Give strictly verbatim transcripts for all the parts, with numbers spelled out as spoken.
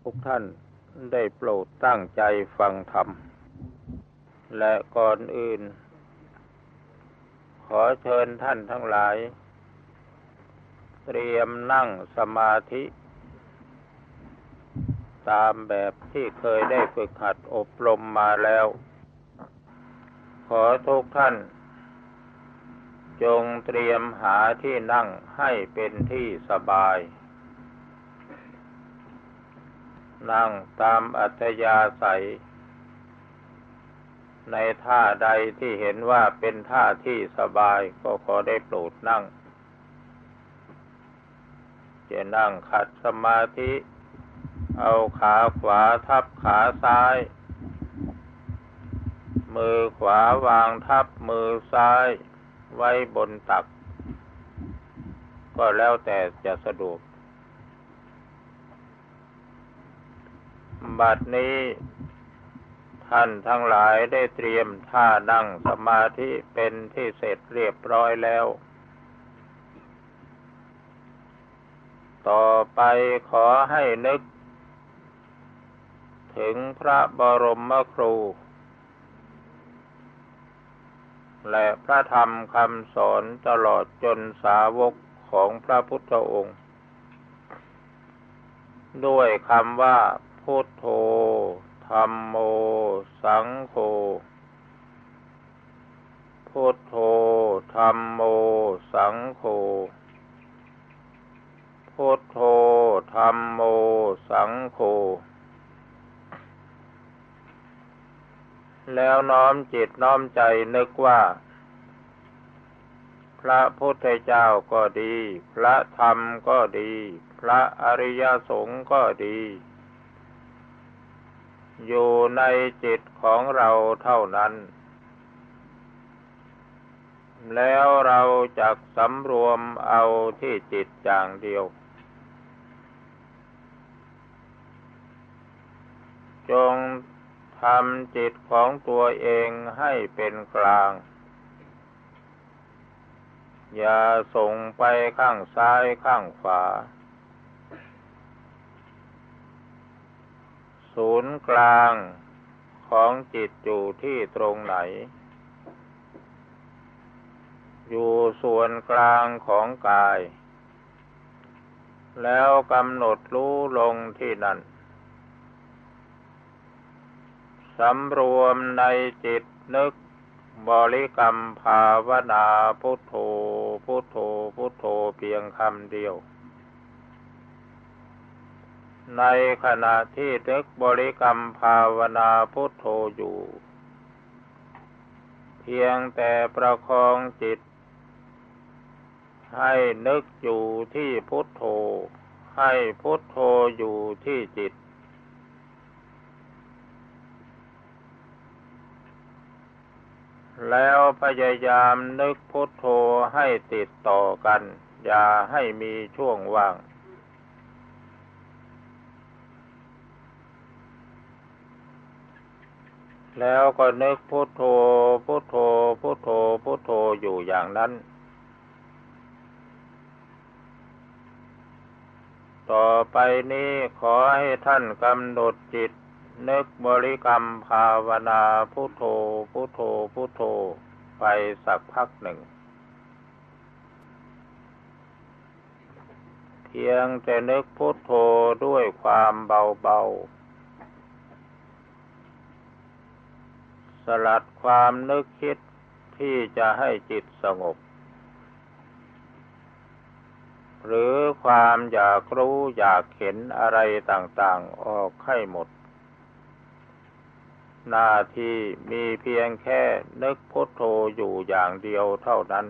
ทุกท่านได้โปรดตั้งใจฟังธรรมและก่อนอื่นขอเชิญท่านทั้งหลายเตรียมนั่งสมาธิตามแบบที่เคยได้ฝึกหัดอบรมมาแล้วขอทุกท่านจงเตรียมหาที่นั่งให้เป็นที่สบายนั่งตามอัธยาศัยในท่าใดที่เห็นว่าเป็นท่าที่สบายก็ขอได้โปรดนั่งจะนั่งขัดสมาธิเอาขาขวาทับขาซ้ายมือขวาวางทับมือซ้ายไว้บนตักก็แล้วแต่จะสะดวกบัดนี้ท่านทั้งหลายได้เตรียมท่านั่งสมาธิเป็นที่เสร็จเรียบร้อยแล้วต่อไปขอให้นึกถึงพระบรมครูและพระธรรมคำสอนตลอดจนสาวกของพระพุทธองค์ด้วยคำว่าพุทโธธัมโมสังโฆพุทโธธัมโมสังโฆพุทโธธัมโมสังโฆแล้วน้อมจิตน้อมใจนึกว่าพระพุทธเจ้าก็ดีพระธรรมก็ดีพระอริยสงฆ์ก็ดีอยู่ในจิตของเราเท่านั้นแล้วเราจักสำรวมเอาที่จิตอย่างเดียวจงทำจิตของตัวเองให้เป็นกลางอย่าส่งไปข้างซ้ายข้างขวาศูนย์กลางของจิตอยู่ที่ตรงไหนอยู่ส่วนกลางของกายแล้วกำหนดรู้ลงที่นั่นสำรวมในจิตนึกบริกรรมภาวนาพุทโธพุทโธพุทโธเพียงคำเดียวในขณะที่นึกบริกรรมภาวนาพุทโธอยู่เพียงแต่ประคองจิตให้นึกอยู่ที่พุทโธให้พุทโธอยู่ที่จิตแล้วพยายามนึกพุทโธให้ติดต่อกันอย่าให้มีช่วงว่างแล้วก็นึกพุทโธพุทโธพุทโธพุทโธอยู่อย่างนั้นต่อไปนี้ขอให้ท่านกำหนดจิตนึกบริกรรมภาวนาพุทโธพุทโธพุทโธไปสักพักหนึ่งเพียงแต่นึกพุทโธด้วยความเบาๆสลัดความนึกคิดที่จะให้จิตสงบหรือความอยากรู้อยากเห็นอะไรต่างๆออกให้หมดหน้าที่มีเพียงแค่นึกพุทโธอยู่อย่างเดียวเท่านั้น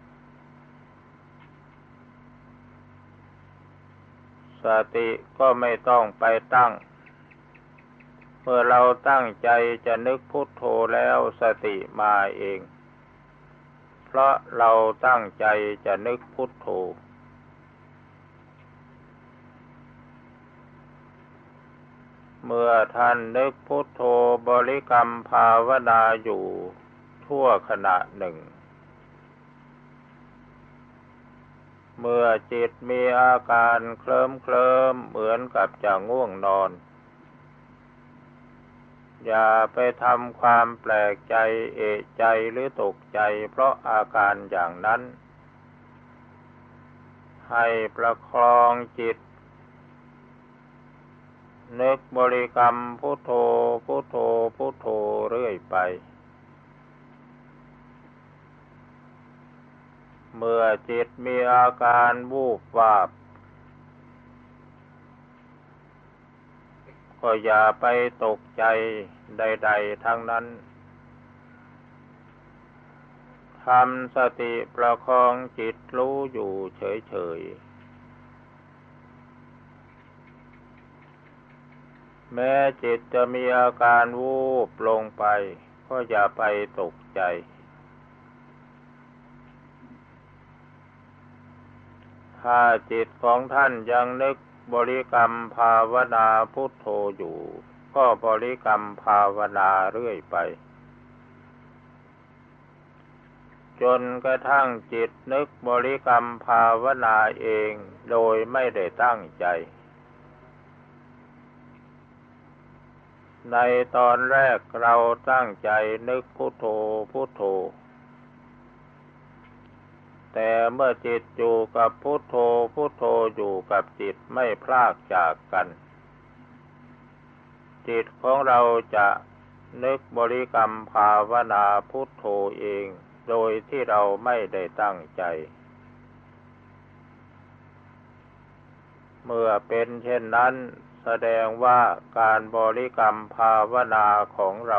สติก็ไม่ต้องไปตั้งเมื่อเราตั้งใจจะนึกพุทโธแล้วสติมาเองเพราะเราตั้งใจจะนึกพุทโธเมื่อท่านนึกพุทโธบริกรรมภาวนาอยู่ทั่วขณะหนึ่งเมื่อจิตมีอาการเคลิ้มเคลิ้มเหมือนกับจะง่วงนอนอย่าไปทำความแปลกใจเอะใจหรือตกใจเพราะอาการอย่างนั้นให้ประคองจิตนึกบริกรรมพุทโธพุทโธพุทโธเรื่อยไปเมื่อจิตมีอาการวูบวาบก็อย่าไปตกใจใดๆทั้งนั้นทำสติประคองจิตรู้อยู่เฉยๆแม้จิตจะมีอาการวูบลงไปก็อย่าไปตกใจถ้าจิตของท่านยังนึกบริกรรมภาวนาพุทโธอยู่ก็บริกรรมภาวนาเรื่อยไปจนกระทั่งจิตนึกบริกรรมภาวนาเองโดยไม่ได้ตั้งใจในตอนแรกเราตั้งใจนึกพุทโธพุทโธแต่เมื่อจิตอยู่กับพุทโธพุทโธอยู่กับจิตไม่พลากจากกันจิตของเราจะนึกบริกรรมภาวนาพุทโธเองโดยที่เราไม่ได้ตั้งใจเมื่อเป็นเช่นนั้นแสดงว่าการบริกรรมภาวนาของเรา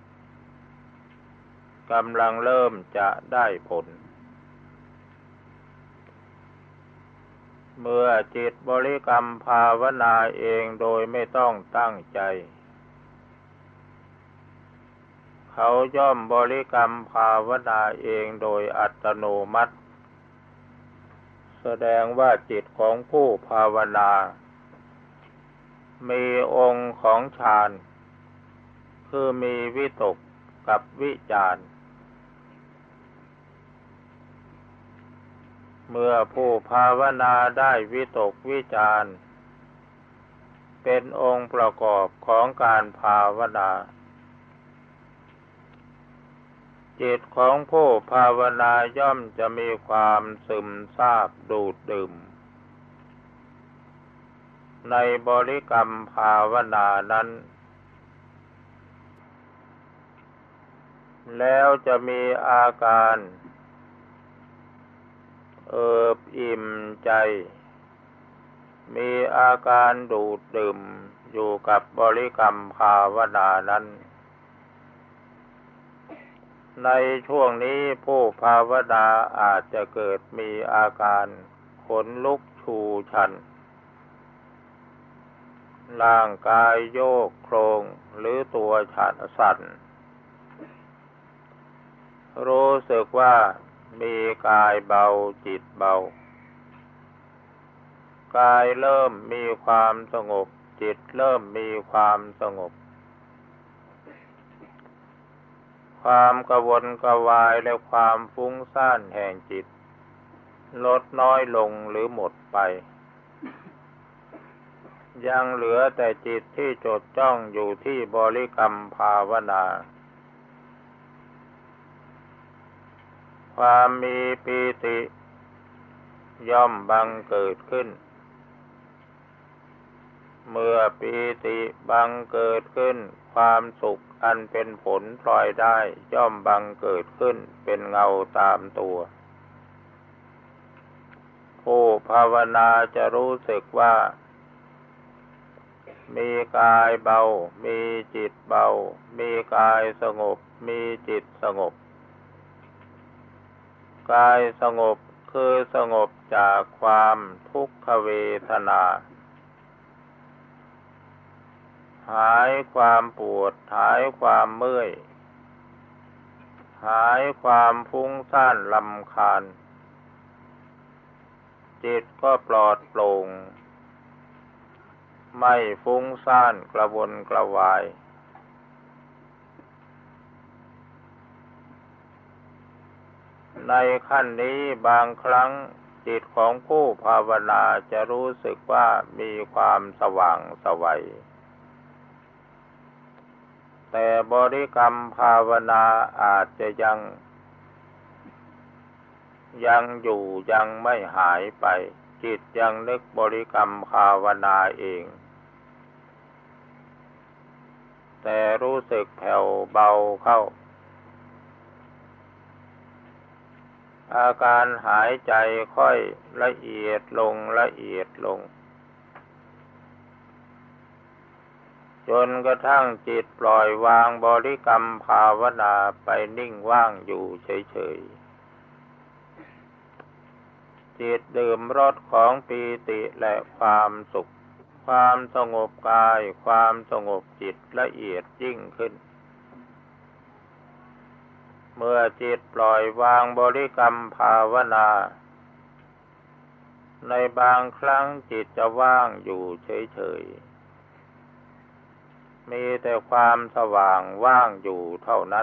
กำลังเริ่มจะได้ผลเมื่อจิตบริกรรมภาวนาเองโดยไม่ต้องตั้งใจเขาย่อมบริกรรมภาวนาเองโดยอัตโนมัติแสดงว่าจิตของผู้ภาวนามีองค์ของฌานคือมีวิตกกับวิจารเมื่อผู้ภาวนาได้วิตกวิจารเป็นองค์ประกอบของการภาวนาจิตของผู้ภาวนาย่อมจะมีความซึมซาบดูดดื่มในบริกรรมภาวนานั้นแล้วจะมีอาการเอิบอิ่มใจมีอาการดูดดื่มอยู่กับบริกรรมภาวนานั้นในช่วงนี้ผู้ภาวนาอาจจะเกิดมีอาการขนลุกชูชันร่างกายโยกโครงหรือตัวสั่นรู้สึกว่ามีกายเบาจิตเบากายเริ่มมีความสงบจิตเริ่มมีความสงบความกระวนกระวายและความฟุ้งซ่านแห่งจิตลดน้อยลงหรือหมดไปยังเหลือแต่จิตที่จดจ้องอยู่ที่บริกรรมภาวนาความมีปีติย่อมบังเกิดขึ้นเมื่อปีติบังเกิดขึ้นความสุขอันเป็นผลพลอยได้ย่อมบังเกิดขึ้นเป็นเงาตามตัวผู้ภาวนาจะรู้สึกว่ามีกายเบามีจิตเบามีกายสงบมีจิตสงบกายสงบคือสงบจากความทุกขเวทนาหายความปวดหายความเมื่อยหายความฟุ้งซ่านรำคาญจิตก็ปลอดโปร่งไม่ฟุ้งซ่านกระวนกระวายในขั้นนี้บางครั้งจิตของผู้ภาวนาจะรู้สึกว่ามีความสว่างไสวแต่บริกรรมภาวนาอาจจะยังยังอยู่ยังไม่หายไปจิตยังนึกบริกรรมภาวนาเองแต่รู้สึกแผ่วเบาเข้าอาการหายใจค่อยละเอียดลงละเอียดลงจนกระทั่งจิตปล่อยวางบริกรรมภาวนาไปนิ่งว่างอยู่เฉยๆจิตดื่มรสของปีติและความสุขความสงบกายความสงบจิตละเอียดยิ่งขึ้นเมื่อจิตปล่อยวางบริกรรมภาวนาในบางครั้งจิตจะว่างอยู่เฉยๆมีแต่ความสว่างว่างอยู่เท่านั้น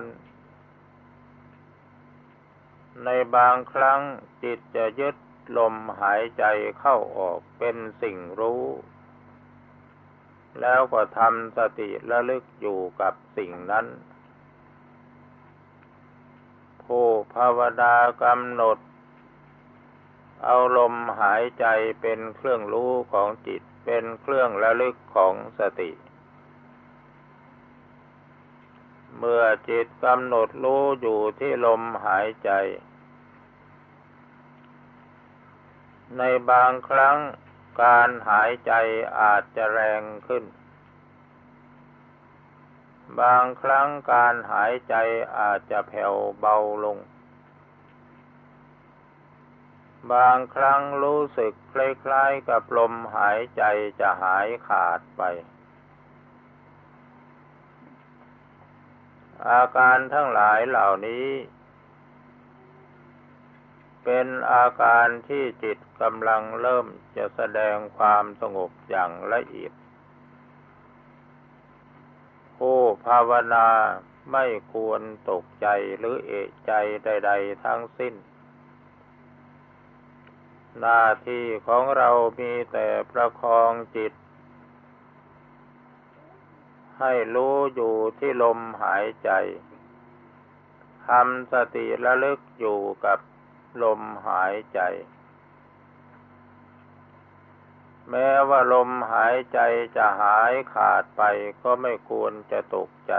ในบางครั้งจิตจะยึดลมหายใจเข้าออกเป็นสิ่งรู้แล้วก็ทำสติระลึกอยู่กับสิ่งนั้นผู้ภาวนากำหนดเอาลมหายใจเป็นเครื่องรู้ของจิตเป็นเครื่องระลึกของสติเมื่อจิตกำหนดรู้อยู่ที่ลมหายใจในบางครั้งการหายใจอาจจะแรงขึ้นบางครั้งการหายใจอาจจะแผ่วเบาลงบางครั้งรู้สึกคล้ายๆกับลมหายใจจะหายขาดไปอาการทั้งหลายเหล่านี้เป็นอาการที่จิตกำลังเริ่มจะแสดงความสงบอย่างละเอียดผู้ภาวนาไม่ควรตกใจหรือเอะใจใดๆทั้งสิ้นหน้าที่ของเรามีแต่ประคองจิตให้รู้อยู่ที่ลมหายใจทำสติระลึกอยู่กับลมหายใจแม้ว่าลมหายใจจะหายขาดไปก็ไม่ควรจะตกใจ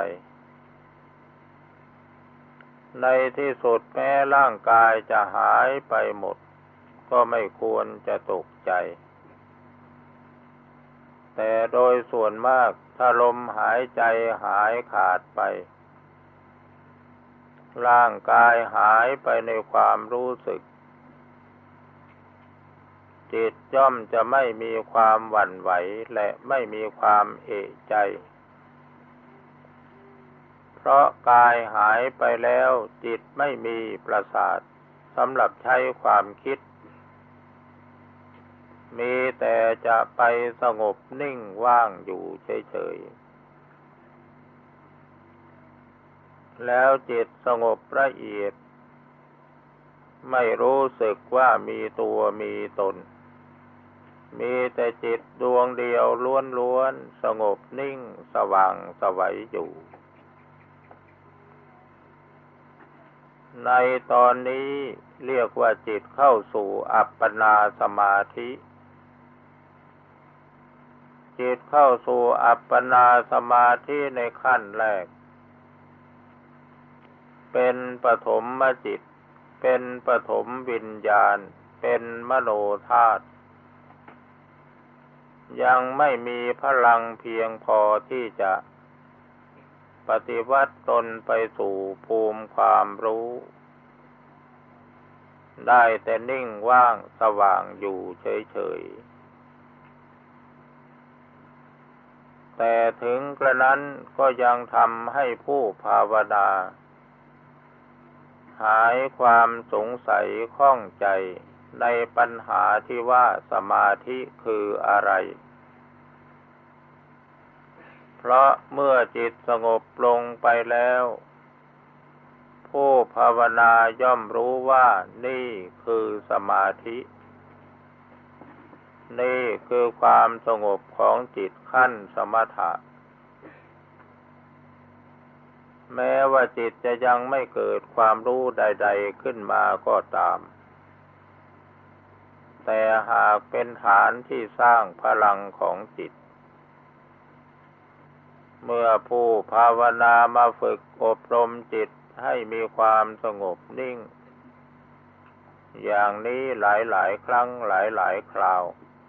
ในที่สุดแม้ร่างกายจะหายไปหมดก็ไม่ควรจะตกใจแต่โดยส่วนมากถ้าลมหายใจหายขาดไปร่างกายหายไปในความรู้สึกจิตย่อมจะไม่มีความหวั่นไหวและไม่มีความเอะใจเพราะกายหายไปแล้วจิตไม่มีประสาทสำหรับใช้ความคิดมีแต่จะไปสงบนิ่งว่างอยู่เฉยๆแล้วจิตสงบละเอียดไม่รู้สึกว่ามีตัวมีตนมีแต่จิตดวงเดียวล้วนๆสงบนิ่งสว่างไสวอยู่ในตอนนี้เรียกว่าจิตเข้าสู่อัปปนาสมาธิจิตเข้าสู่อัปปนาสมาธิในขั้นแรกเป็นปฐมจิตเป็นปฐมวิญญาณเป็นมโนธาตุยังไม่มีพลังเพียงพอที่จะปฏิวัติตนไปสู่ภูมิความรู้ได้แต่นิ่งว่างสว่างอยู่เฉยๆแต่ถึงกระนั้นก็ยังทำให้ผู้ภาวนาหายความสงสัยข้องใจในปัญหาที่ว่าสมาธิคืออะไรเพราะเมื่อจิตสงบลงไปแล้วผู้ภาวนาย่อมรู้ว่านี่คือสมาธินี่คือความสงบของจิตขั้นสมถะแม้ว่าจิตจะยังไม่เกิดความรู้ใดๆขึ้นมาก็ตามแต่หากเป็นฐานที่สร้างพลังของจิตเมื่อผู้ภาวนามาฝึกอบรมจิตให้มีความสงบนิ่งอย่างนี้หลายๆครั้งหลายๆคราว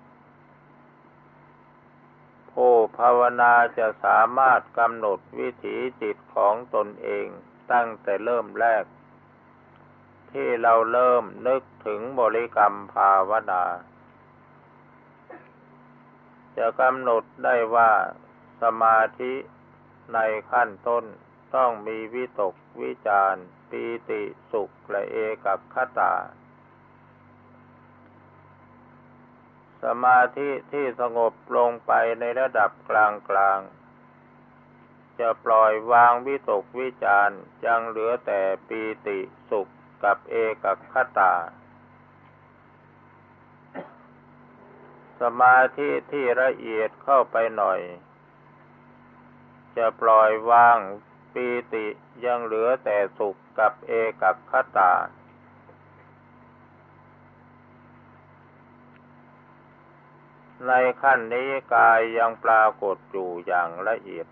ผู้ภาวนาจะสามารถกำหนดวิถีจิตของตนเองตั้งแต่เริ่มแรกที่เราเริ่มนึกถึงบริกรรมภาวนาจะกำหนดได้ว่าสมาธิในขั้นต้นต้องมีวิตกวิจารปีติสุขและเอกัคคตาสมาธิที่สงบลงไปในระดับกลางๆจะปล่อยวางวิตกวิจารยังเหลือแต่ปีติสุขกับเอกัคคตาสมาธิที่ละเอียดเข้าไปหน่อยจะปล่อยวางปีติยังเหลือแต่สุขกับเอกัคคตาในขั้นนี้กายยังปรากฏอยู่อย่างละเอียด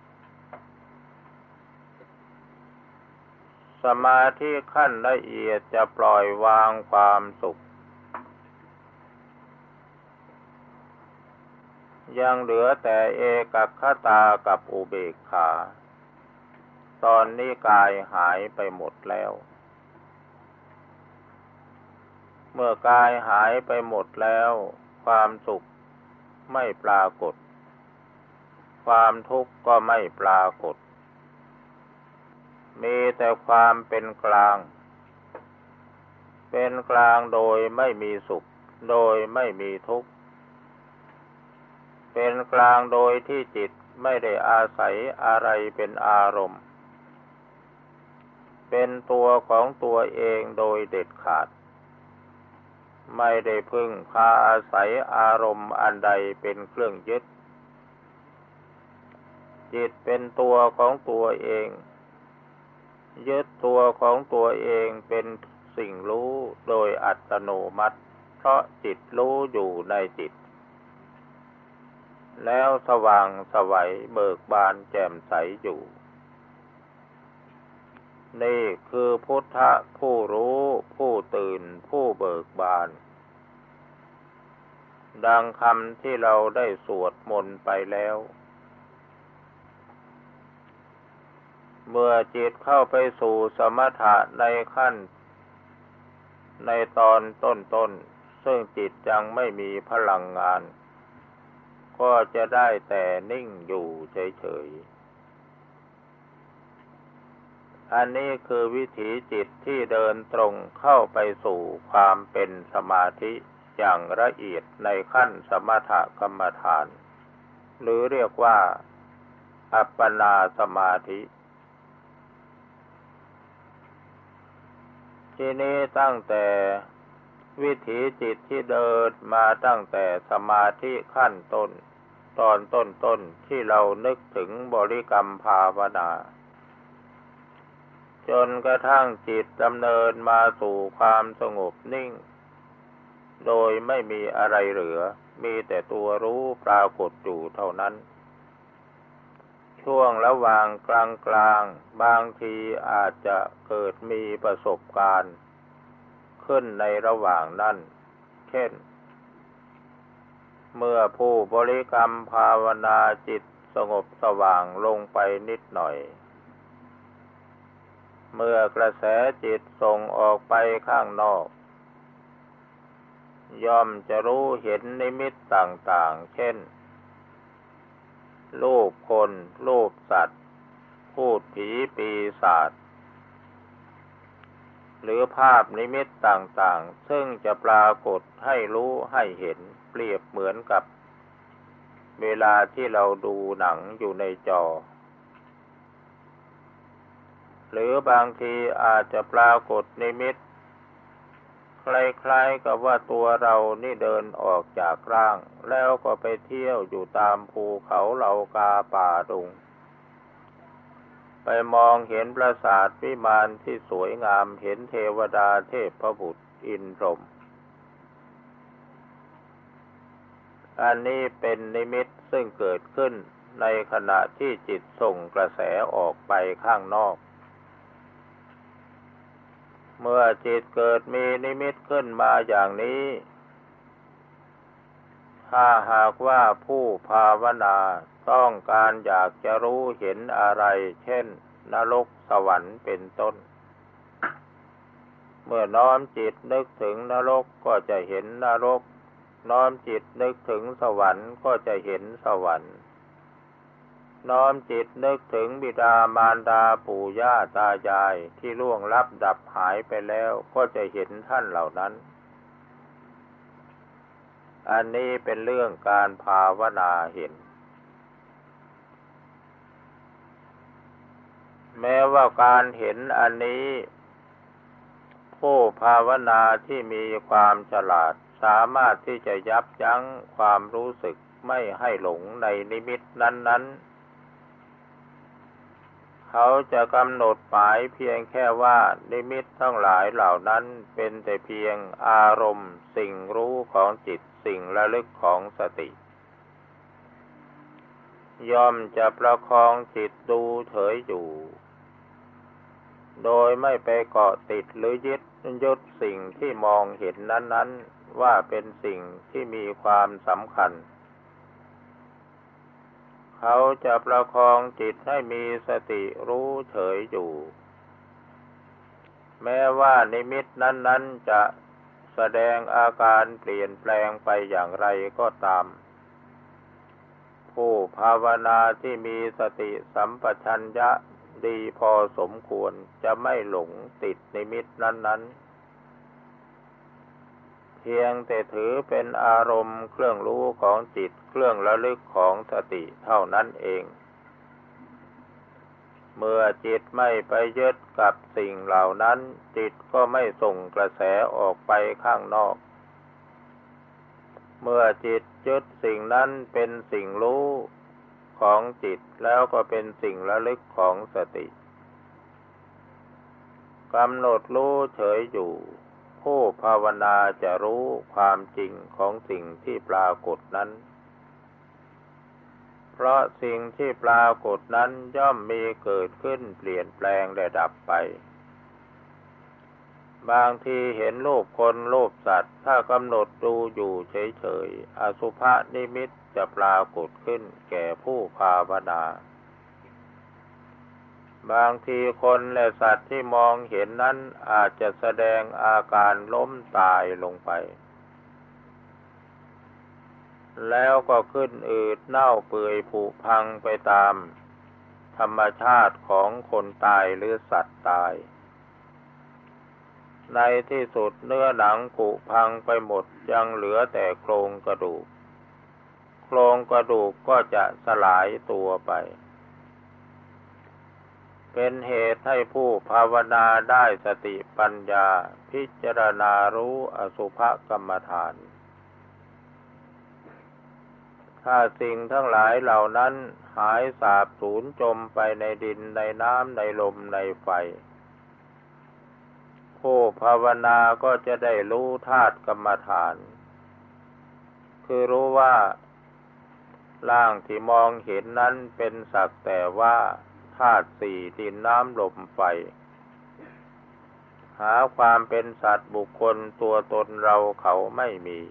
สมาธิขั้นละเอียดจะปล่อยวางความสุขยังเหลือแต่เอกัคคตากับอุเบกขาตอนนี้กายหายไปหมดแล้วเมื่อกายหายไปหมดแล้วความสุขไม่ปรากฏความทุกข์ก็ไม่ปรากฏมีแต่ความเป็นกลางเป็นกลางโดยไม่มีสุขโดยไม่มีทุกข์เป็นกลางโดยที่จิตไม่ได้อาศัยอะไรเป็นอารมณ์เป็นตัวของตัวเองโดยเด็ดขาดไม่ได้พึ่งพาอาศัยอารมณ์อันใดเป็นเครื่องยึดจิตเป็นตัวของตัวเองยึดตัวของตัวเองเป็นสิ่งรู้โดยอัตโนมัติเพราะจิตรู้อยู่ในจิตแล้วสว่างไสวเบิกบานแจ่มใสอยู่นี่คือพุทธะผู้รู้ผู้ตื่นผู้เบิกบานดังคำที่เราได้สวดมนต์ไปแล้วเมื่อจิตเข้าไปสู่สมถะในขั้นในตอนต้นๆซึ่งจิตยังไม่มีพลังงานก็จะได้แต่นิ่งอยู่เฉยๆอันนี้คือวิถีจิตที่เดินตรงเข้าไปสู่ความเป็นสมาธิอย่างละเอียดในขั้นสมถกรรมฐานหรือเรียกว่าอัปปนาสมาธิทีนี้ตั้งแต่วิถีจิตที่เดินมาตั้งแต่สมาธิขั้นต้นตอนต้นๆที่เรานึกถึงบริกรรมภาวนาจนกระทั่งจิตดำเนินมาสู่ความสงบนิ่งโดยไม่มีอะไรเหลือมีแต่ตัวรู้ปรากฏอยู่เท่านั้นช่วงระหว่างกลางๆบางทีอาจจะเกิดมีประสบการณ์ขึ้นในระหว่างนั้นเช่นเมื่อผู้บริกรรมภาวนาจิตสงบสว่างลงไปนิดหน่อยเมื่อกระแสจิตส่งออกไปข้างนอกย่อมจะรู้เห็นนิมิตต่างๆเช่นรูปคนรูปสัตว์พูดผีปีศาจหรือภาพนิมิตต่างๆซึ่งจะปรากฏให้รู้ให้เห็นเปรียบเหมือนกับเวลาที่เราดูหนังอยู่ในจอหรือบางทีอาจจะปรากฏนิมิตคล้ายๆกับว่าตัวเรานี่เดินออกจากร่างแล้วก็ไปเที่ยวอยู่ตามภูเขาเหล่ากาป่าดงไปมองเห็นปราสาทวิมานที่สวยงามเห็นเทวดาเทพบุตรอินทร์พรหมอันนี้เป็นนิมิตซึ่งเกิดขึ้นในขณะที่จิตส่งกระแสออกไปข้างนอกเมื่อจิตเกิดมีนิมิตขึ้นมาอย่างนี้ถ้าหากว่าผู้ภาวนาต้องการอยากจะรู้เห็นอะไรเช่นนรกสวรรค์เป็นต้นเมื่อน้อมจิตนึกถึงนรกก็จะเห็นนรกน้อมจิตนึกถึงสวรรค์ก็จะเห็นสวรรค์น้อมจิตนึกถึงบิดามารดาปู่ย่าตายายที่ล่วงลับดับหายไปแล้วก็จะเห็นท่านเหล่านั้นอันนี้เป็นเรื่องการภาวนาเห็นแม้ว่าการเห็นอันนี้ผู้ภาวนาที่มีความฉลาดสามารถที่จะยับยั้งความรู้สึกไม่ให้หลงในนิมิตนั้นๆเขาจะกำหนดหมายเพียงแค่ว่านิมิตทั้งหลายเหล่านั้นเป็นแต่เพียงอารมณ์สิ่งรู้ของจิตสิ่งระลึกของสติย่อมจะประคองจิตดูเฉยอยู่โดยไม่ไปเกาะติดหรือยึดยึดสิ่งที่มองเห็นนั้นๆว่าเป็นสิ่งที่มีความสำคัญเขาจะประคองจิตให้มีสติรู้เฉยอยู่แม้ว่านิมิตนั้นๆจะแสดงอาการเปลี่ยนแปลงไปอย่างไรก็ตามผู้ภาวนาที่มีสติสัมปชัญญะดีพอสมควรจะไม่หลงติดนิมิตนั้นๆเพียงแต่ถือเป็นอารมณ์เครื่องรู้ของจิตเครื่องระลึกของสติเท่านั้นเองเมื่อจิตไม่ไปยึดกับสิ่งเหล่านั้นจิตก็ไม่ส่งกระแสออกไปข้างนอกเมื่อจิตยึดสิ่งนั้นเป็นสิ่งรู้ของจิตแล้วก็เป็นสิ่งระลึกของสติกำหนดรู้เฉยอยู่ผู้ภาวนาจะรู้ความจริงของสิ่งที่ปรากฏนั้นเพราะสิ่งที่ปรากฏนั้นย่อมมีเกิดขึ้นเปลี่ยนแปลงและดับไปบางทีเห็นรูปคนรูปสัตว์ถ้ากำหนดดูอยู่เฉยๆอสุภนิมิตจะปรากฏขึ้นแก่ผู้ภาวนาบางทีคนและสัตว์ที่มองเห็นนั้นอาจจะแสดงอาการล้มตายลงไปแล้วก็ขึ้นอืดเน่าเปื่อยผุพังไปตามธรรมชาติของคนตายหรือสัตว์ตายในที่สุดเนื้อหนังผุพังไปหมดยังเหลือแต่โครงกระดูกโครงกระดูกก็จะสลายตัวไปเป็นเหตุให้ผู้ภาวนาได้สติปัญญาพิจารณารู้อสุภกรรมฐานถ้าสิ่งทั้งหลายเหล่านั้นหายสาบสูญจมไปในดินในน้ำในลมในไฟผู้ภาวนาก็จะได้รู้ธาตุกรรมฐานคือรู้ว่าร่างที่มองเห็นนั้นเป็นสักแต่ว่าธาตุสี่ดินน้ำลมไฟหาความเป็นสัตว์บุคคลตัวตนเราเขาไม่มี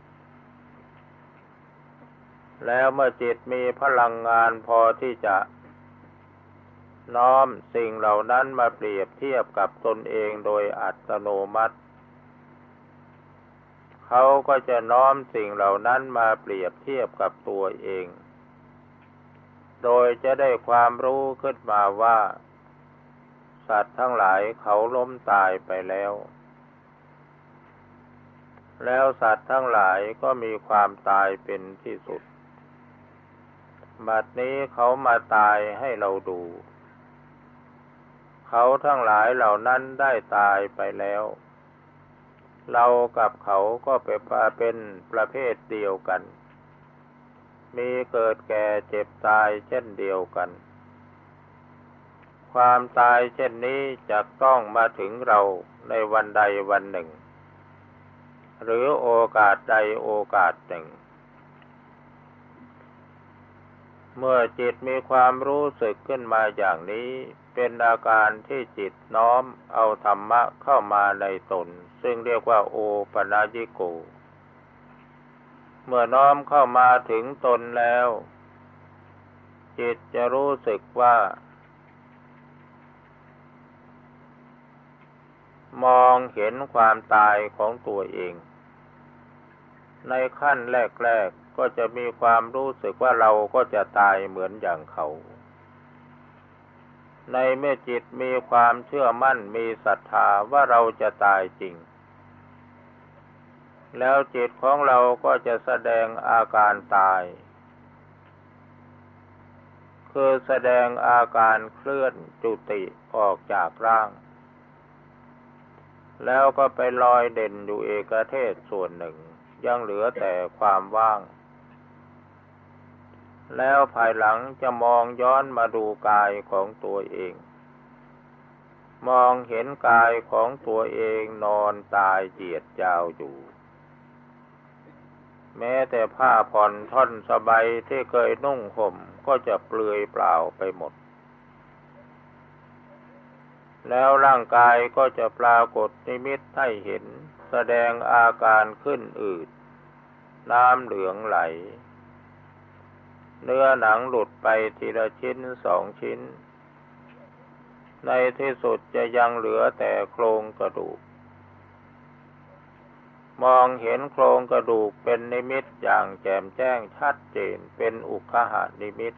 แล้วเมื่อจิตมีพลังงานพอที่จะน้อมสิ่งเหล่านั้นมาเปรียบเทียบกับตนเองโดยอัตโนมัติเขาก็จะน้อมสิ่งเหล่านั้นมาเปรียบเทียบกับตัวเองโดยจะได้ความรู้ขึ้นมาว่าสัตว์ทั้งหลายเขาล้มตายไปแล้วแล้วสัตว์ทั้งหลายก็มีความตายเป็นที่สุดบัดนี้เขามาตายให้เราดูเขาทั้งหลายเหล่านั้นได้ตายไปแล้วเรากับเขาก็เป็นประเภทเดียวกันมีเกิดแก่เจ็บตายเช่นเดียวกันความตายเช่นนี้จะต้องมาถึงเราในวันใดวันหนึ่งหรือโอกาสใดโอกาสหนึ่งเมื่อจิตมีความรู้สึกขึ้นมาอย่างนี้เป็นอาการที่จิตน้อมเอาธรรมะเข้ามาในตนซึ่งเรียกว่าโอปนญิโกเมื่อน้อมเข้ามาถึงตนแล้วจิตจะรู้สึกว่ามองเห็นความตายของตัวเองในขั้นแรกๆก็จะมีความรู้สึกว่าเราก็จะตายเหมือนอย่างเขาในเมื่อจิตมีความเชื่อมั่นมีศรัทธาว่าเราจะตายจริงแล้วจิตของเราก็จะแสดงอาการตายคือแสดงอาการเคลื่อนจุติออกจากร่างแล้วก็ไปลอยเด่นอยู่เอกเทศส่วนหนึ่งยังเหลือแต่ความว่างแล้วภายหลังจะมองย้อนมาดูกายของตัวเองมองเห็นกายของตัวเองนอนตายเจียดยาวอยู่แม้แต่ผ้าผ่อนท่อนสบายที่เคยนุ่งห่มก็จะเปลือยเปล่าไปหมดแล้วร่างกายก็จะปรากฏนิมิตให้เห็นแสดงอาการขึ้นอืดน้ำเหลืองไหลเนื้อหนังหลุดไปทีละชิ้นสองชิ้นในที่สุดจะยังเหลือแต่โครงกระดูกมองเห็นโครงกระดูกเป็นนิมิตอย่างแจ่มแจ้งชัดเจนเป็นอุคหนิมิต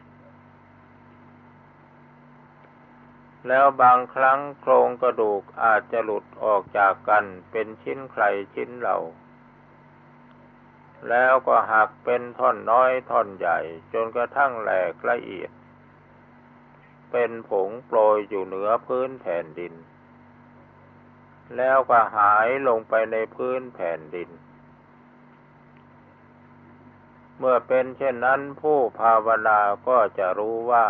แล้วบางครั้งโครงกระดูกอาจจะหลุดออกจากกันเป็นชิ้นใครชิ้นเราแล้วก็หักเป็นท่อนน้อยท่อนใหญ่จนกระทั่งแหลกละเอียดเป็นผงโปรยอยู่เหนือพื้นแผ่นดินแล้วก็หายลงไปในพื้นแผ่นดินเมื่อเป็นเช่นนั้นผู้ภาวนาก็จะรู้ว่า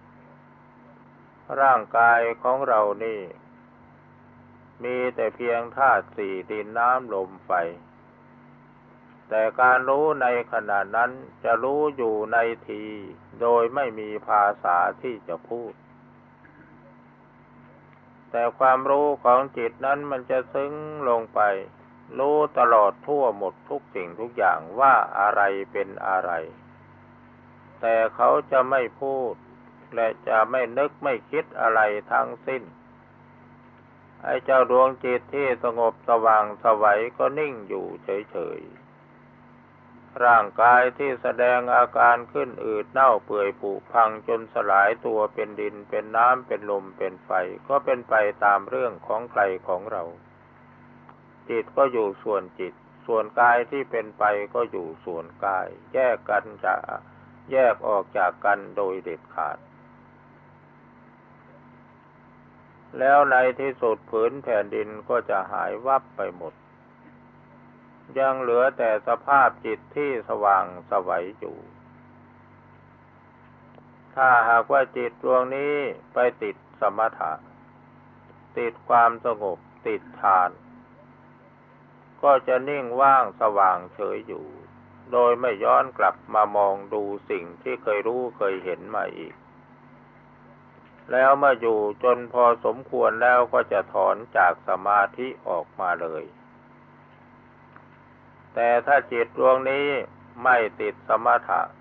ร่างกายของเรานี่มีแต่เพียงธาตุสี่ดินน้ำลมไฟแต่การรู้ในขณะนั้นจะรู้อยู่ในทีโดยไม่มีภาษาที่จะพูดแต่ความรู้ของจิตนั้นมันจะซึ้งลงไปรู้ตลอดทั่วหมดทุกสิ่งทุกอย่างว่าอะไรเป็นอะไรแต่เขาจะไม่พูดและจะไม่นึกไม่คิดอะไรทั้งสิ้นไอ้เจ้าดวงจิตที่สงบสว่างไสวก็นิ่งอยู่เฉยๆร่างกายที่แสดงอาการขึ้นอืดเน่าเปื่อยผุพังจนสลายตัวเป็นดินเป็นน้ำเป็นลมเป็นไฟก็เป็นไปตามเรื่องของใครของเราจิตก็อยู่ส่วนจิตส่วนกายที่เป็นไปก็อยู่ส่วนกายแยกกันจะแยกออกจากกันโดยเด็ดขาดแล้วในที่สุดผืนแผ่นดินก็จะหายวับไปหมดยังเหลือแต่สภาพจิตที่สว่างไสวอยู่ถ้าหากว่าจิตดวงนี้ไปติดสมถะติดความสงบติดฌานก็จะนิ่งว่างสว่างเฉยอยู่โดยไม่ย้อนกลับมามองดูสิ่งที่เคยรู้เคยเห็นมาอีกแล้วเมื่ออยู่จนพอสมควรแล้วก็จะถอนจากสมาธิออกมาเลยแต่ถ้าจิตดวงนี้ไม่ติดสมถะ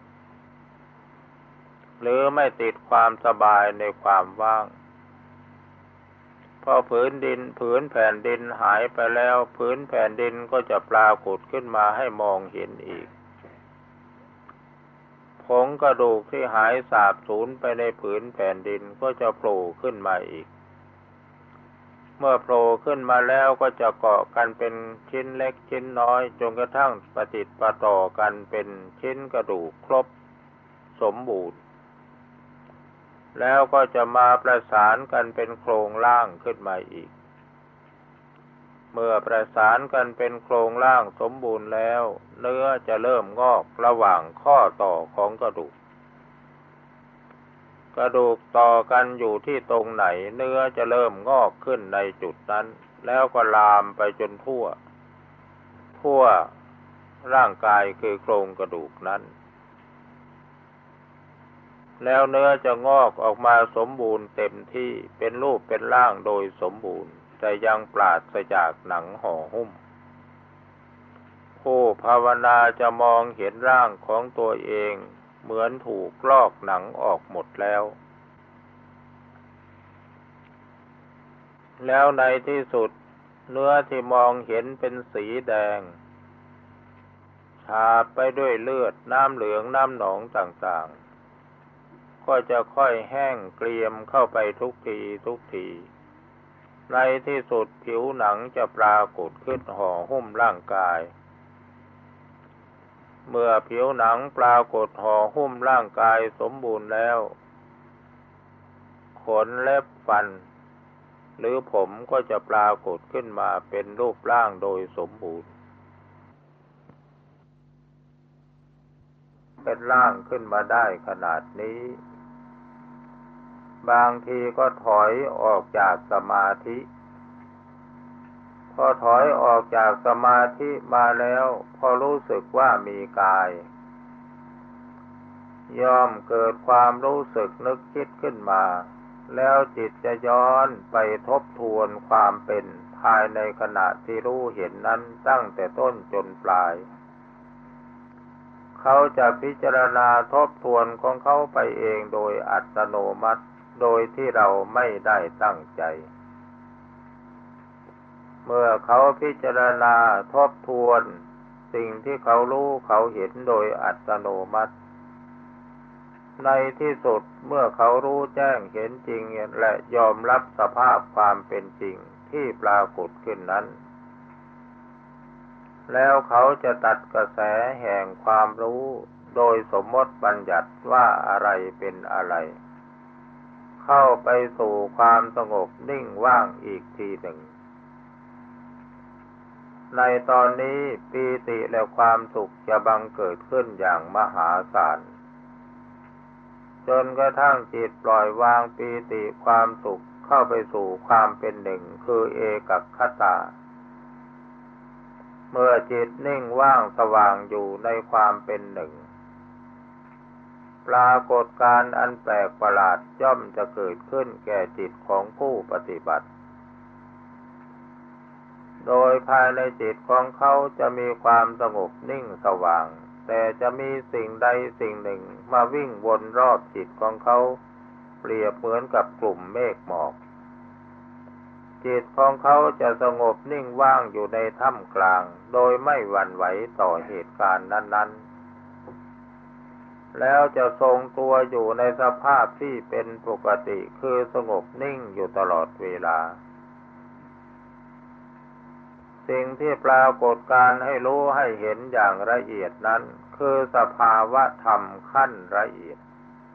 หรือไม่ติดความสบายในความว่างพอผืนดินผืนแผ่นดินหายไปแล้วผืนแผ่นดินก็จะปรากฏขึ้นมาให้มองเห็นอีกผงกระดูกที่หายสาบสูญไปในผืนแผ่นดินก็จะโผล่ขึ้นมาอีกเมื่อโผล่ขึ้นมาแล้วก็จะเกาะกันเป็นชิ้นเล็กชิ้นน้อยจนกระทั่งประติดประต่อกันเป็นชิ้นกระดูกครบสมบูรณ์แล้วก็จะมาประสานกันเป็นโครงร่างขึ้นมาอีกเมื่อประสานกันเป็นโครงร่างสมบูรณ์แล้วเนื้อจะเริ่มงอกระหว่างข้อต่อของกระดูกกระดูกต่อกันอยู่ที่ตรงไหนเนื้อจะเริ่มงอกขึ้นในจุดนั้นแล้วก็ลามไปจนทั่วทั่วร่างกายคือโครงกระดูกนั้นแล้วเนื้อจะงอกออกมาสมบูรณ์เต็มที่เป็นรูปเป็นร่างโดยสมบูรณ์แต่ยังปราศจากหนังห่อหุ้มผู้ภาวนาจะมองเห็นร่างของตัวเองเหมือนถูกลอกหนังออกหมดแล้วแล้วในที่สุดเนื้อที่มองเห็นเป็นสีแดงฉาบไปด้วยเลือดน้ำเหลืองน้ำหนองต่างๆก็จะค่อยแห้งเกรียมเข้าไปทุกทีทุกทีในที่สุดผิวหนังจะปรากฏขึ้นห่อหุ้มร่างกายเมื่อผิวหนังปรากฏห่อหุ้มร่างกายสมบูรณ์แล้วขนเล็บฟันหรือผมก็จะปรากฏขึ้นมาเป็นรูปร่างโดยสมบูรณ์เป็นร่างขึ้นมาได้ขนาดนี้บางทีก็ถอยออกจากสมาธิพอถอยออกจากสมาธิมาแล้วพอรู้สึกว่ามีกายย่อมเกิดความรู้สึกนึกคิดขึ้นมาแล้วจิตจะย้อนไปทบทวนความเป็นภายในขณะที่รู้เห็นนั้นตั้งแต่ต้นจนปลายเขาจะพิจารณาทบทวนของเขาไปเองโดยอัตโนมัติโดยที่เราไม่ได้ตั้งใจเมื่อเขาพิจารณาทบทวนสิ่งที่เขารู้เขาเห็นโดยอัตโนมัติในที่สุดเมื่อเขารู้แจ้งเห็นจริงและยอมรับสภาพความเป็นจริงที่ปรากฏขึ้นนั้นแล้วเขาจะตัดกระแสแห่งความรู้โดยสมมติบัญญัติว่าอะไรเป็นอะไรเข้าไปสู่ความสงบนิ่งว่างอีกทีหนึ่งในตอนนี้ปีติและความสุขจะบังเกิดขึ้นอย่างมหาศาลจนกระทั่งจิตปล่อยวางปีติความสุขเข้าไปสู่ความเป็นหนึ่งคือเอกัคคตาเมื่อจิตนิ่งว่างสว่างอยู่ในความเป็นหนึ่งปรากฏการณ์อันแปลกประหลาดย่อมจะเกิดขึ้นแก่จิตของผู้ปฏิบัติโดยภายในจิตของเขาจะมีความสงบนิ่งสว่างแต่จะมีสิ่งใดสิ่งหนึ่งมาวิ่งวนรอบจิตของเขาเปรียบเหมือนกับกลุ่มเมฆหมอกจิตของเขาจะสงบนิ่งว่างอยู่ในท่ามกลางโดยไม่หวั่นไหวต่อเหตุการณ์นั้นๆแล้วจะทรงตัวอยู่ในสภาพที่เป็นปกติคือสงบนิ่งอยู่ตลอดเวลาสิ่งที่ปรากฏการให้รู้ให้เห็นอย่างละเอียดนั้นคือสภาวะธรรมขั้นละเอียด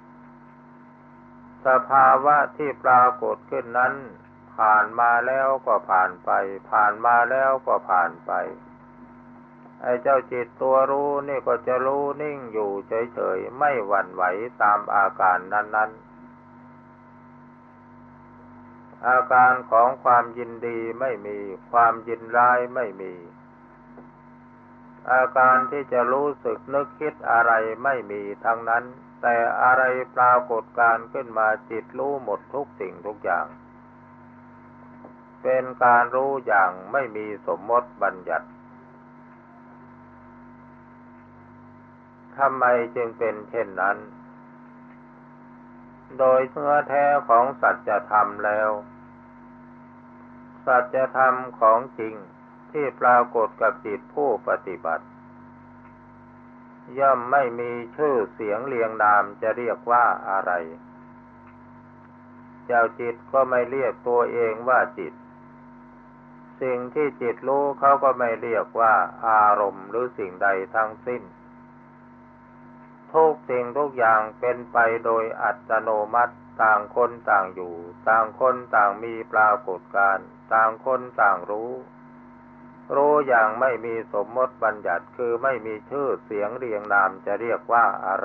สภาวะที่ปรากฏขึ้นนั้นผ่านมาแล้วก็ผ่านไปผ่านมาแล้วก็ผ่านไปไอ้เจ้าจิตตัวรู้นี่ก็จะรู้นิ่งอยู่เฉยๆไม่หวั่นไหวตามอาการนั้นๆอาการของความยินดีไม่มีความยินร้ายไม่มีอาการที่จะรู้สึกนึกคิดอะไรไม่มีทั้งนั้นแต่อะไรปรากฏการขึ้นมาจิตรู้หมดทุกสิ่งทุกอย่างเป็นการรู้อย่างไม่มีสมมติบัญญัติทำไมจึงเป็นเช่นนั้นโดยเนื้อแท้ของสัจธรรมแล้วสัจธรรมของจริงที่ปรากฏกับจิตผู้ปฏิบัติย่อมไม่มีชื่อเสียงเรียงนามจะเรียกว่าอะไรเจ้าจิตก็ไม่เรียกตัวเองว่าจิตสิ่งที่จิตรู้เขาก็ไม่เรียกว่าอารมณ์หรือสิ่งใดทั้งสิ้นทุกสิ่งทุกอย่างเป็นไปโดยอัตโนมัติต่างคนต่างอยู่ต่างคนต่างมีปรากฏการณ์ต่างคนต่างรู้รู้อย่างไม่มีสมมติบัญญัติคือไม่มีชื่อเสียงเรียงนามจะเรียกว่าอะไร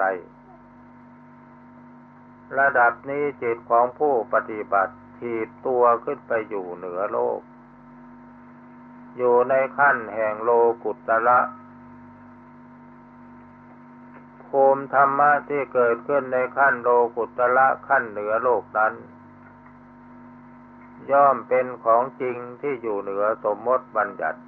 ระดับนี้จิตของผู้ปฏิบัติถีบตัวขึ้นไปอยู่เหนือโลกอยู่ในขั้นแห่งโลกุตระภูมิธรรมะที่เกิดขึ้นในขั้นโลกุตระขั้นเหนือโลกนั้นย่อมเป็นของจริงที่อยู่เหนือสมมติบัญญัติ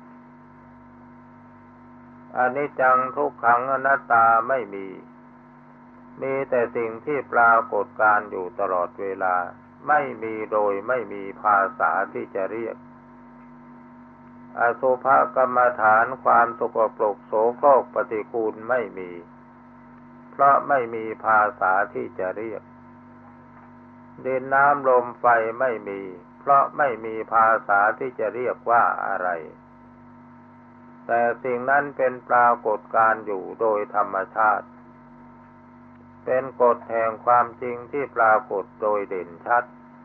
อนิจจังทุกขังอนัตตาไม่มีมีแต่สิ่งที่ปรากฏการอยู่ตลอดเวลาไม่มีโดยไม่มีภาษาที่จะเรียกอสุภกรรมฐานความสกปรกโสโครกปฏิกูลไม่มีเพราะไม่มีภาษาที่จะเรียกดินน้ำลมไฟไม่มีเพราะไม่มีภาษาที่จะเรียกว่าอะไรแต่สิ่งนั้นเป็นปรากฏการณ์อยู่โดยธรรมชาติเป็นกฎแห่งความจริงที่ปรากฏโดยเด่นชัด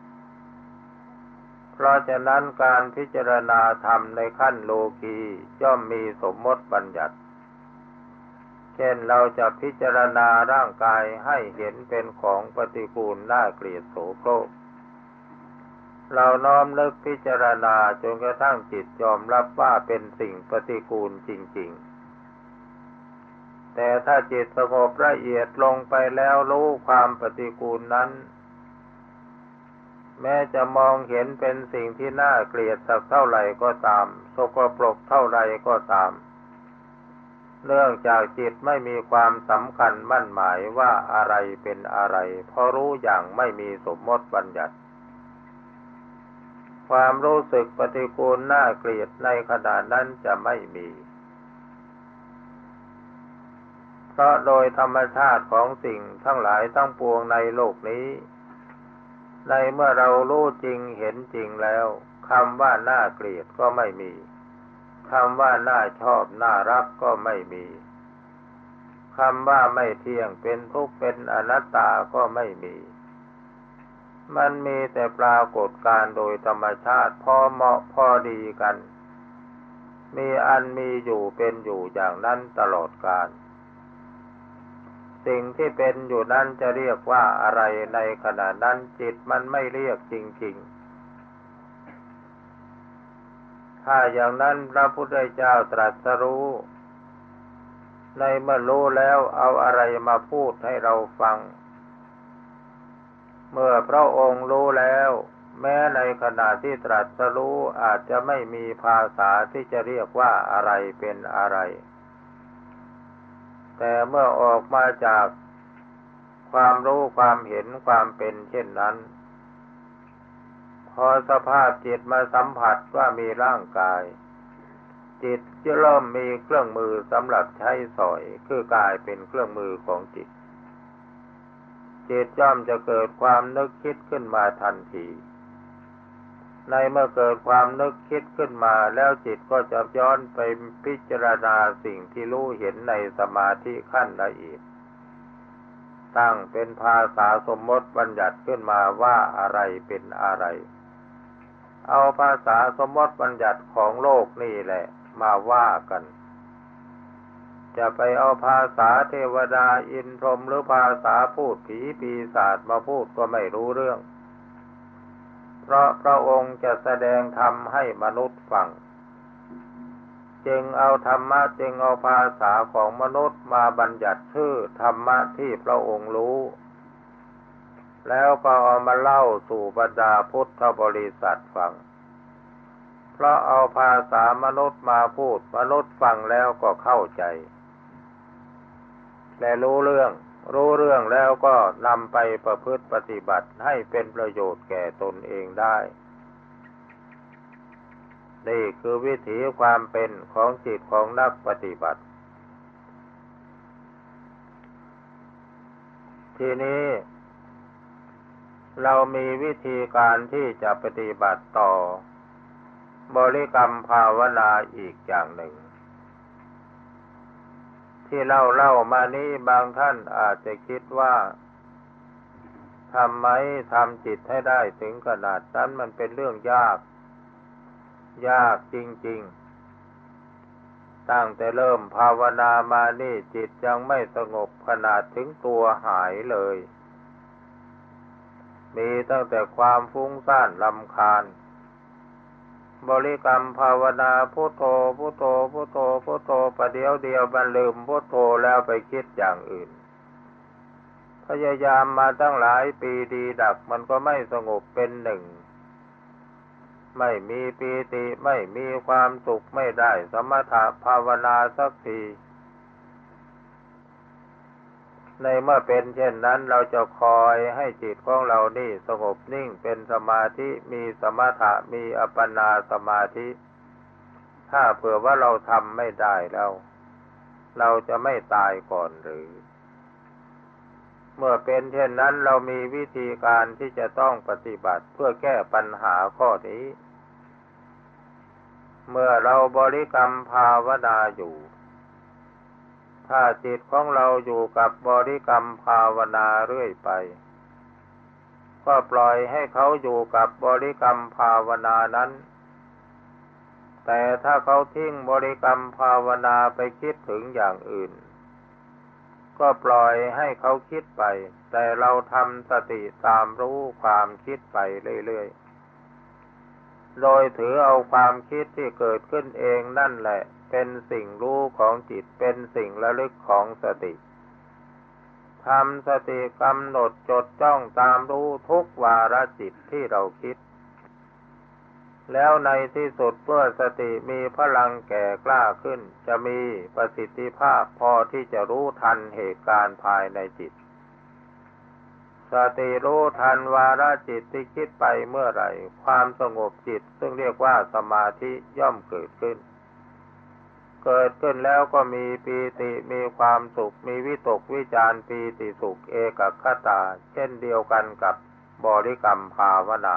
เพราะฉะนั้นการพิจารณาธรรมในขั้นโลกีย่อมมีสมมติบัญญัติเช่นเราจะพิจารณาร่างกายให้เห็นเป็นของปฏิกูลน่าเกลียดโสโครกเราน้อมนึกพิจารณาจนกระทั่งจิตยอมรับว่าเป็นสิ่งปฏิกูลจริงๆแต่ถ้าจิตสงบละเอียดลงไปแล้วรู้ความปฏิกูลนั้นแม้จะมองเห็นเป็นสิ่งที่น่าเกลียดสักเท่าไหร่ก็ตามสกปรกเท่าไหร่ก็ตามเนื่องจากจิตไม่มีความสำคัญมั่นหมายว่าอะไรเป็นอะไรเพราะรู้อย่างไม่มีสมมติบัญญัติความรู้สึกปฏิกูลน่าเกลียดในขณะนั้นจะไม่มีเพราะโดยธรรมชาติของสิ่งทั้งหลายทั้งปวงในโลกนี้ในเมื่อเรารู้จริงเห็นจริงแล้วคำว่าน่าเกลียดก็ไม่มีคำว่าน่าชอบน่ารักก็ไม่มีคำว่าไม่เที่ยงเป็นทุกข์เป็นอนัตตาก็ไม่มีมันมีแต่ปรากฏการณ์โดยธรรมชาติพอเหมาะพอดีกันมีอันมีอยู่เป็นอยู่อย่างนั้นตลอดกาลสิ่งที่เป็นอยู่นั้นจะเรียกว่าอะไรในขณะนั้นจิตมันไม่เรียกจริงๆถ้าอย่างนั้นพระพุทธเจ้าตรัสรู้ในเมื่อรู้แล้วเอาอะไรมาพูดให้เราฟังเมื่อพระองค์รู้แล้วแม้ในขณะที่ตรัสรู้อาจจะไม่มีภาษาที่จะเรียกว่าอะไรเป็นอะไรแต่เมื่อออกมาจากความรู้ความเห็นความเป็นเช่นนั้นพอสภาพจิตมาสัมผัสว่ามีร่างกายจิตจะเริ่มมีเครื่องมือสำหรับใช้สอยคือกายเป็นเครื่องมือของจิตจิตย่อมจะเกิดความนึกคิดขึ้นมาทันทีในเมื่อเกิดความนึกคิดขึ้นมาแล้วจิตก็จะย้อนไปพิจารณาสิ่งที่รู้เห็นในสมาธิขั้นละเอียดตั้งเป็นภาษาสมมติบัญญัติขึ้นมาว่าอะไรเป็นอะไรเอาภาษาสมมติบัญญัติของโลกนี่แหละมาว่ากันจะไปเอาภาษาเทวดาอินทร์พรหมหรือภาษาพูดผีปีศาจมาพูดก็ไม่รู้เรื่องเพราะพระองค์จะแสดงธรรมให้มนุษย์ฟังจึงเอาธรรมะจึงเอาภาษาของมนุษย์มาบัญญัติชื่อธรรมะที่พระองค์รู้แล้วก็เอามาเล่าสู่บรรดาพุทธบริษัทฟังเพราะเอาภาษามนุษย์มาพูดมนุษย์ฟังแล้วก็เข้าใจและรู้เรื่องรู้เรื่องแล้วก็นำไปประพฤติปฏิบัติให้เป็นประโยชน์แก่ตนเองได้นี่คือวิถีความเป็นของจิตของนักปฏิบัติทีนี้เรามีวิธีการที่จะปฏิบัติต่อบริกรรมภาวนาอีกอย่างหนึ่งที่เล่าเล่ามานี้บางท่านอาจจะคิดว่าทำไมทำจิตให้ได้ถึงขนาดนั้นมันเป็นเรื่องยากยากจริงตั้งแต่เริ่มภาวนามานี่จิตยังไม่สงบขนาดถึงตัวหายเลยมีตั้งแต่ความฟุ้งซ่านรำคาญบริกรรมภาวนาพุทโธพุทโธพุทโธพุทโธประเดี๋ยวเดียวมันลืมพุทโธแล้วไปคิดอย่างอื่นพยายามมาตั้งหลายปีดีดักมันก็ไม่สงบเป็นหนึ่งไม่มีปีติไม่มีความสุขไม่ได้สมถะภาวนาสักทีในเมื่อเป็นเช่นนั้นเราจะคอยให้จิตของเรานี่สงบนิ่งเป็นสมาธิมีสมถะมีอัปปนาสมาธิถ้าเผื่อว่าเราทำไม่ได้แล้วเราจะไม่ตายก่อนหรือเมื่อเป็นเช่นนั้นเรามีวิธีการที่จะต้องปฏิบัติเพื่อแก้ปัญหาข้อนี้เมื่อเราบริกรรมภาวนาอยู่ถ้าจิตของเราอยู่กับบริกรรมภาวนาเรื่อยไปก็ปล่อยให้เขาอยู่กับบริกรรมภาวนานั้นแต่ถ้าเขาทิ้งบริกรรมภาวนาไปคิดถึงอย่างอื่นก็ปล่อยให้เขาคิดไปแต่เราทำสติตามรู้ความคิดไปเรื่อยๆโดยถือเอาความคิดที่เกิดขึ้นเองนั่นแหละเป็นสิ่งรู้ของจิตเป็นสิ่งระลึกของสติทำสติกำหนดจดจ้องตามรู้ทุกวาระจิตที่เราคิดแล้วในที่สุดเมื่อสติมีพลังแก่กล้าขึ้นจะมีประสิทธิภาพพอที่จะรู้ทันเหตุการณ์ภายในจิตสติรู้ทันวาระจิตที่คิดไปเมื่อไหร่ความสงบจิตซึ่งเรียกว่าสมาธิย่อมเกิดขึ้นเกิดขึ้นแล้วก็มีปีติมีความสุขมีวิตกวิจารปีติสุขเอกคตาเช่นเดียวกันกับบริกรรมภาวนา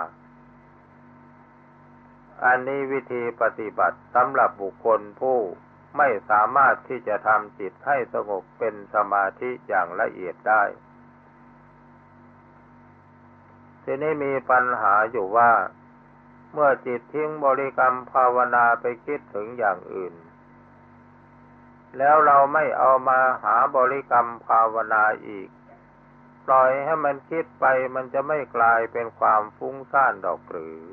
อันนี้วิธีปฏิบัติสำหรับบุคคลผู้ไม่สามารถที่จะทำจิตให้สงบเป็นสมาธิอย่างละเอียดได้ทีนี้มีปัญหาอยู่ว่าเมื่อจิตทิ้งบริกรรมภาวนาไปคิดถึงอย่างอื่นแล้วเราไม่เอามาหาบริกรรมภาวนาอีกปล่อยให้มันคิดไปมันจะไม่กลายเป็นความฟุ้งซ่านดอกหรือ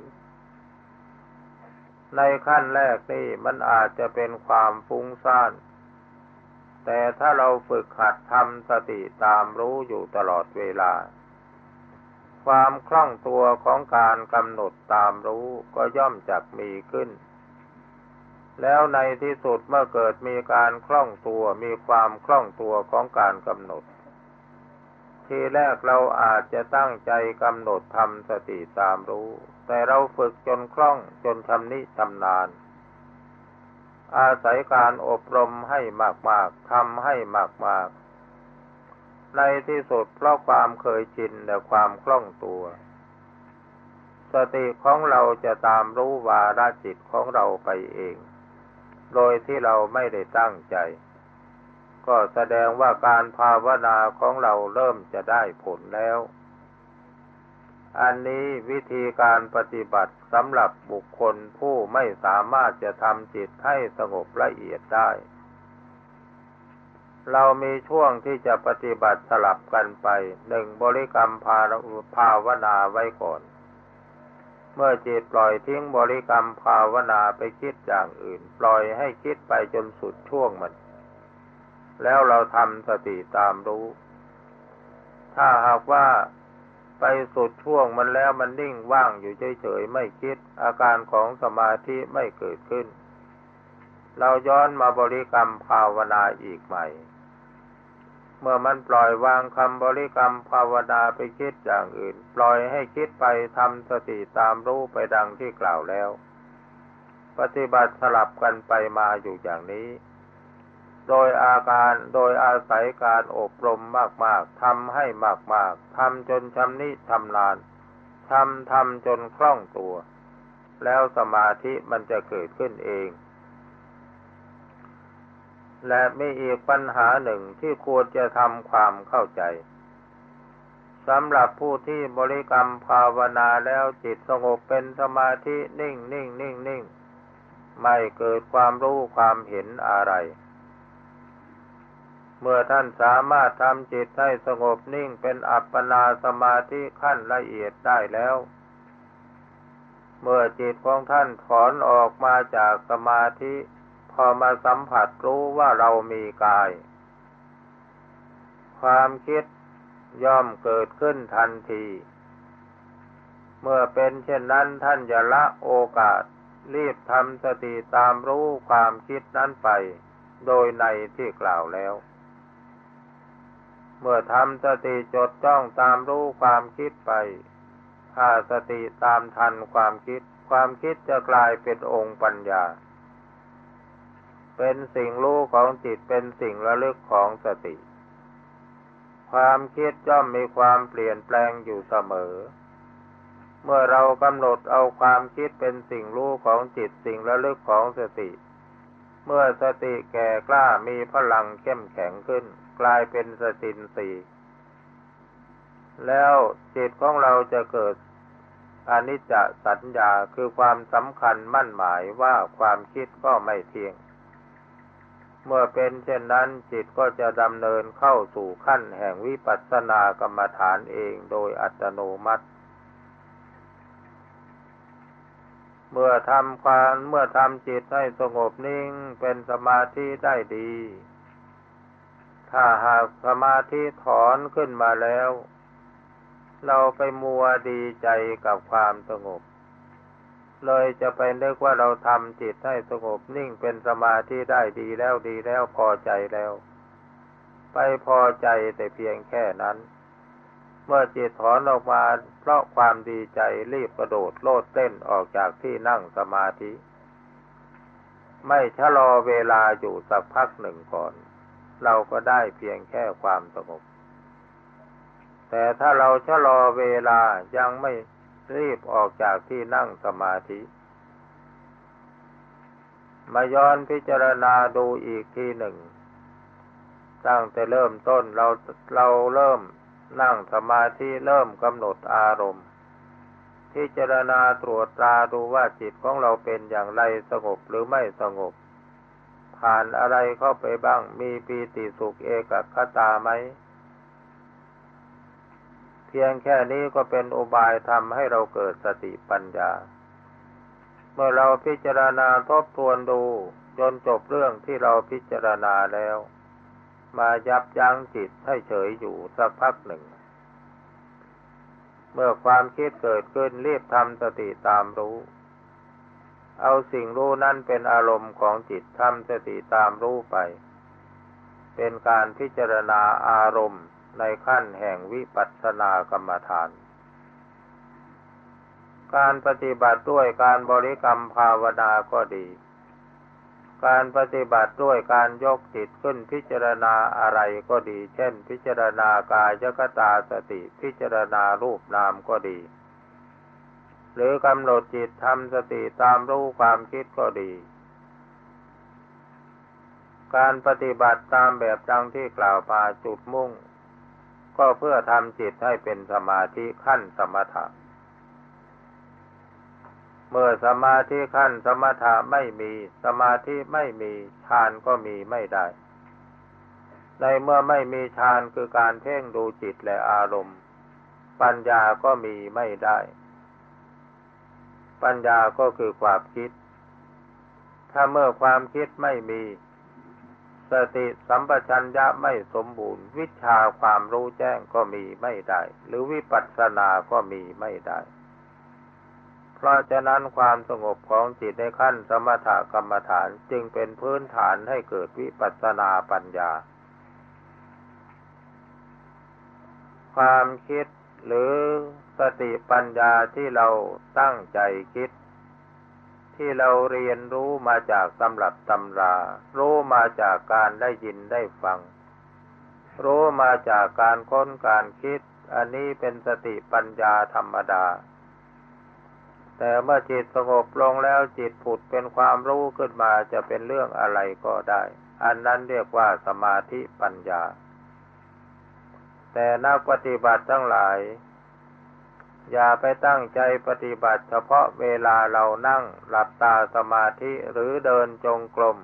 ในขั้นแรกนี่มันอาจจะเป็นความฟุ้งซ่านแต่ถ้าเราฝึกหัดทำสติตามรู้อยู่ตลอดเวลาความคล่องตัวของการกำหนดตามรู้ก็ย่อมจักมีขึ้นแล้วในที่สุดเมื่อเกิดมีการคล่องตัวมีความคล่องตัวของการกำหนดทีแรกเราอาจจะตั้งใจกำหนดทำสติตามรู้แต่เราฝึกจนคล่องจนชำนิชำนาญอาศัยการอบรมให้มากๆทำให้มากๆในที่สุดเพราะความเคยชินและความคล่องตัวสติของเราจะตามรู้วาระจิตของเราไปเองโดยที่เราไม่ได้ตั้งใจก็แสดงว่าการภาวนาของเราเริ่มจะได้ผลแล้วอันนี้วิธีการปฏิบัติสำหรับบุคคลผู้ไม่สามารถจะทำจิตให้สงบละเอียดได้เรามีช่วงที่จะปฏิบัติสลับกันไปหนึ่งบริกรรมภาวนาไว้ก่อนเมื่อจิตปล่อยทิ้งบริกรรมภาวนาไปคิดอย่างอื่นปล่อยให้คิดไปจนสุดช่วงมันแล้วเราทำสติตามรู้ถ้าหากว่าไปสุดช่วงมันแล้วมันนิ่งว่างอยู่เฉยๆไม่คิดอาการของสมาธิไม่เกิดขึ้นเราย้อนมาบริกรรมภาวนาอีกใหม่เมื่อมันปล่อยวางคำบริกรรมภาวนาไปคิดอย่างอื่นปล่อยให้คิดไปทำสติตามรู้ไปดังที่กล่าวแล้วปฏิบัติสลับกันไปมาอยู่อย่างนี้โดยอาการโดยอาศัยการอบรมมากๆทำให้มากๆทำจนชำนิชำนาญทำทำจนคล่องตัวแล้วสมาธิมันจะเกิดขึ้นเองและมีอีกปัญหาหนึ่งที่ควรจะทำความเข้าใจสำหรับผู้ที่บริกรรมภาวนาแล้วจิตสงบเป็นสมาธินิ่งนิ่งนิ่งนิ่งไม่เกิดความรู้ความเห็นอะไรเมื่อท่านสามารถทำจิตให้สงบนิ่งเป็นอัปปนาสมาธิขั้นละเอียดได้แล้วเมื่อจิตของท่านถอนออกมาจากสมาธิพอมาสัมผัสรู้ว่าเรามีกายความคิดย่อมเกิดขึ้นทันทีเมื่อเป็นเช่นนั้นท่านอย่าละโอกาสรีบทำสติตามรู้ความคิดนั้นไปโดยในที่กล่าวแล้วเมื่อทำสติจดจ้องตามรู้ความคิดไปถ้าสติตามทันความคิดความคิดจะกลายเป็นองค์ปัญญาเป็นสิ่งรู้ของจิตเป็นสิ่งระลึกของสติความคิดย่อมมีความเปลี่ยนแปลงอยู่เสมอเมื่อเรากำหนดเอาความคิดเป็นสิ่งรู้ของจิตสิ่งระลึกของสติเมื่อสติแก่กล้ามีพลังเข้มแข็งขึ้นกลายเป็นสตินทรีย์แล้วจิตของเราจะเกิดอนิจจสัญญาคือความสำคัญมั่นหมายว่าความคิดก็ไม่เที่ยงเมื่อเป็นเช่นนั้นจิตก็จะดำเนินเข้าสู่ขั้นแห่งวิปัสสนากรรมฐานเองโดยอัตโนมัติเมื่อทำความเมื่อทำจิตให้สงบนิ่งเป็นสมาธิได้ดีถ้าหากสมาธิถอนขึ้นมาแล้วเราไปมัวดีใจกับความสงบเลยจะไปนึกว่าเราทำจิตให้สงบนิ่งเป็นสมาธิได้ดีแล้วดีแล้วพอใจแล้วไปพอใจแต่เพียงแค่นั้นเมื่อจิตถอนออกมาเพราะความดีใจรีบกระโดดโลดเต้นออกจากที่นั่งสมาธิไม่ชะลอเวลาอยู่สักพักหนึ่งก่อนเราก็ได้เพียงแค่ความสงบแต่ถ้าเราชะลอเวลายังไม่รีบออกจากที่นั่งสมาธิมาย้อนพิจารณาดูอีกทีหนึ่งตั้งแต่เริ่มต้นเราเราเริ่มนั่งสมาธิเริ่มกำหนดอารมณ์พิจารณาตรวจตราดูว่าจิตของเราเป็นอย่างไรสงบหรือไม่สงบผ่านอะไรเข้าไปบ้างมีปีติสุขเอกคตาไหมเพียงแค่นี้ก็เป็นอุบายทำให้เราเกิดสติปัญญาเมื่อเราพิจารณาทบทวนดูจนจบเรื่องที่เราพิจารณาแล้วมายับยั้งจิตให้เฉยอยู่สักพักหนึ่งเมื่อความคิดเกิดขึ้นรีบทำสติตามรู้เอาสิ่งรู้นั้นเป็นอารมณ์ของจิตทำสติตามรู้ไปเป็นการพิจารณาอารมณ์ในขั้นแห่งวิปัสสนากรรมฐานการปฏิบัติด้วยการบริกรรมภาวนาก็ดีการปฏิบัติด้วยการยกจิตขึ้นพิจารณาอะไรก็ดีเช่นพิจารณากายคตาสติพิจารณารูปนามก็ดีหรือกำหนดจิตทำสติตามรู้ความคิดก็ดีการปฏิบัติตามแบบดังที่กล่าวมาจุดมุ่งก็เพื่อทำจิตให้เป็นสมาธิขั้นสมถะเมื่อสมาธิขั้นสมถะไม่มีสมาธิไม่มีฌานก็มีไม่ได้ในเมื่อไม่มีฌานคือการเพ่งดูจิตและอารมณ์ปัญญาก็มีไม่ได้ปัญญาก็คือความคิดถ้าเมื่อความคิดไม่มีสติสัมปชัญญะไม่สมบูรณ์วิชาความรู้แจ้งก็มีไม่ได้หรือวิปัสสนาก็มีไม่ได้เพราะฉะนั้นความสงบของจิตในขั้นสมถกรรมฐานจึงเป็นพื้นฐานให้เกิดวิปัสสนาปัญญาความคิดหรือสติปัญญาที่เราตั้งใจคิดที่เราเรียนรู้มาจากตำรับตำรารู้มาจากการได้ยินได้ฟังรู้มาจากการค้นการคิดอันนี้เป็นสติปัญญาธรรมดาแต่เมื่อจิตสงบลงแล้วจิตผุดเป็นความรู้ขึ้นมาจะเป็นเรื่องอะไรก็ได้อันนั้นเรียกว่าสมาธิปัญญาแต่นักปฏิบัติทั้งหลายอย่าไปตั้งใจปฏิบัติเฉพาะเวลาเรานั่งหลับตาสมาธิหรือเดินจงกรม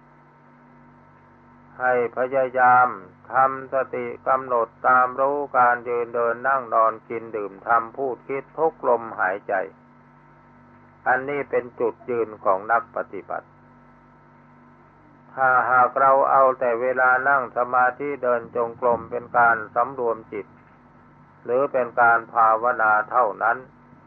ให้พยายามทำสติกำหนดตามรู้การยืนเดินนั่งนอนกินดื่มทำพูดคิดทุกลมหายใจอันนี้เป็นจุดยืนของนักปฏิบัติถ้าหากเราเอาแต่เวลานั่งสมาธิเดินจงกรมเป็นการสำรวมจิตหรือเป็นการภาวนาเท่านั้น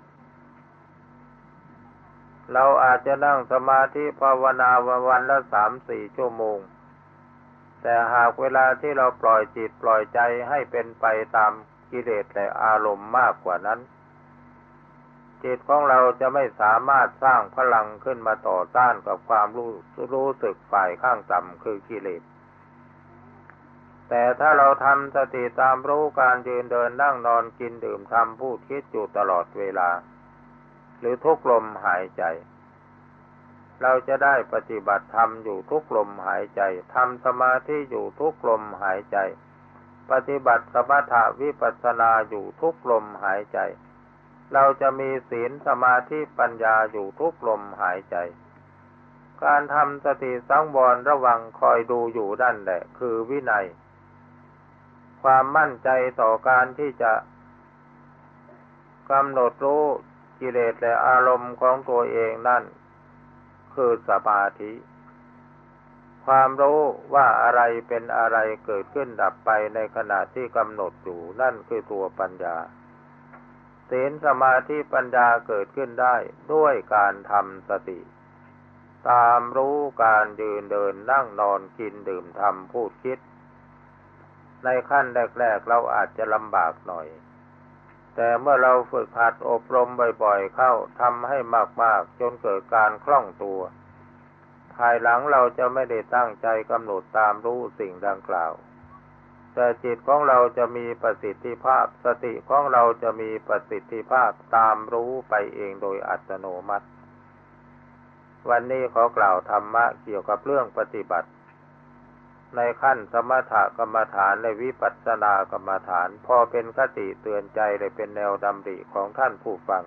เราอาจจะนั่งสมาธิภาวนาวันละสามสี่ชั่วโมงแต่หากเวลาที่เราปล่อยจิตปล่อยใจให้เป็นไปตามกิเลสและอารมณ์มากกว่านั้นจิตของเราจะไม่สามารถสร้างพลังขึ้นมาต่อต้านกับความรู้รู้สึกฝ่ายข้างต่ำคือกิเลสแต่ถ้าเราทำสติตามรู้การยืนเดินนั่งนอนกินดื่มทำพูดคิดอยู่ตลอดเวลาหรือทุกลมหายใจเราจะได้ปฏิบัติธรรมอยู่ทุกลมหายใจทำสมาธิอยู่ทุกลมหายใจปฏิบัติสมถะวิปัสสนาอยู่ทุกลมหายใจเราจะมีศีลสมาธิปัญญาอยู่ทุกลมหายใจการทำสติสังวรระวังคอยดูอยู่นั่นแหละคือวินัยความมั่นใจต่อการที่จะกำหนดรู้กิเลสและอารมณ์ของตัวเองนั่นคือสมาธิความรู้ว่าอะไรเป็นอะไรเกิดขึ้นดับไปในขณะที่กำหนดอยู่นั่นคือตัวปัญญาศีลสมาธิปัญญาเกิดขึ้นได้ด้วยการทำสติตามรู้การยืนเดินนั่งนอนกินดื่มทำพูดคิดในขั้นแรกๆเราอาจจะลำบากหน่อยแต่เมื่อเราฝึกหัดอบรมบ่อยๆเข้าทำให้มากๆจนเกิดการคล่องตัวภายหลังเราจะไม่ได้ตั้งใจกำหนดตามรู้สิ่งดังกล่าวแต่จิตของเราจะมีประสิทธิภาพสติของเราจะมีประสิทธิภาพตามรู้ไปเองโดยอัตโนมัติวันนี้ขอกล่าวธรรมะเกี่ยวกับเรื่องปฏิบัติในขั้นสมถกรรมฐานในวิปัสสนากรรมฐานพอเป็นคติเตือนใจและเป็นแนวดำริของท่านผู้ฟัง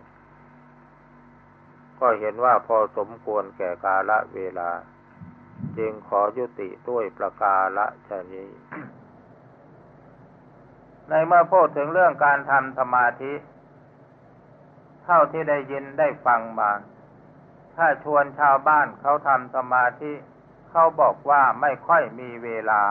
ก็เห็นว่าพอสมควรแก่กาลเวลาจึงขอยุติด้วยประกาศนี้ ในเมื่อพูดถึงเรื่องการทำสมาธิเท่าที่ได้ยินได้ฟังมาถ้าชวนชาวบ้านเขาทำสมาธิเขาบอกว่าไม่ค่อยมีเวลา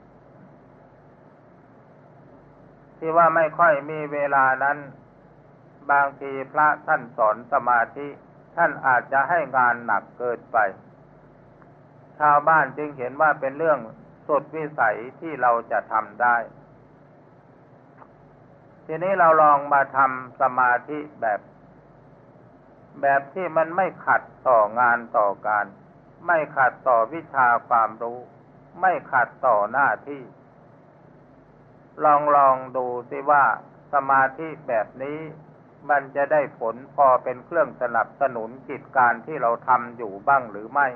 ที่ว่าไม่ค่อยมีเวลานั้นบางทีพระท่านสอนสมาธิท่านอาจจะให้งานหนักเกินไปชาวบ้านจึงเห็นว่าเป็นเรื่องสุดวิสัยที่เราจะทำได้ทีนี้เราลองมาทำสมาธิแบบแบบที่มันไม่ขัดต่องานต่อการไม่ขัดต่อวิชาความรู้ไม่ขัดต่อหน้าที่ลองลองดูสิว่าสมาธิแบบนี้มันจะได้ผลพอเป็นเครื่องสนับสนุนกิจการที่เราทำอยู่บ้างหรือไม่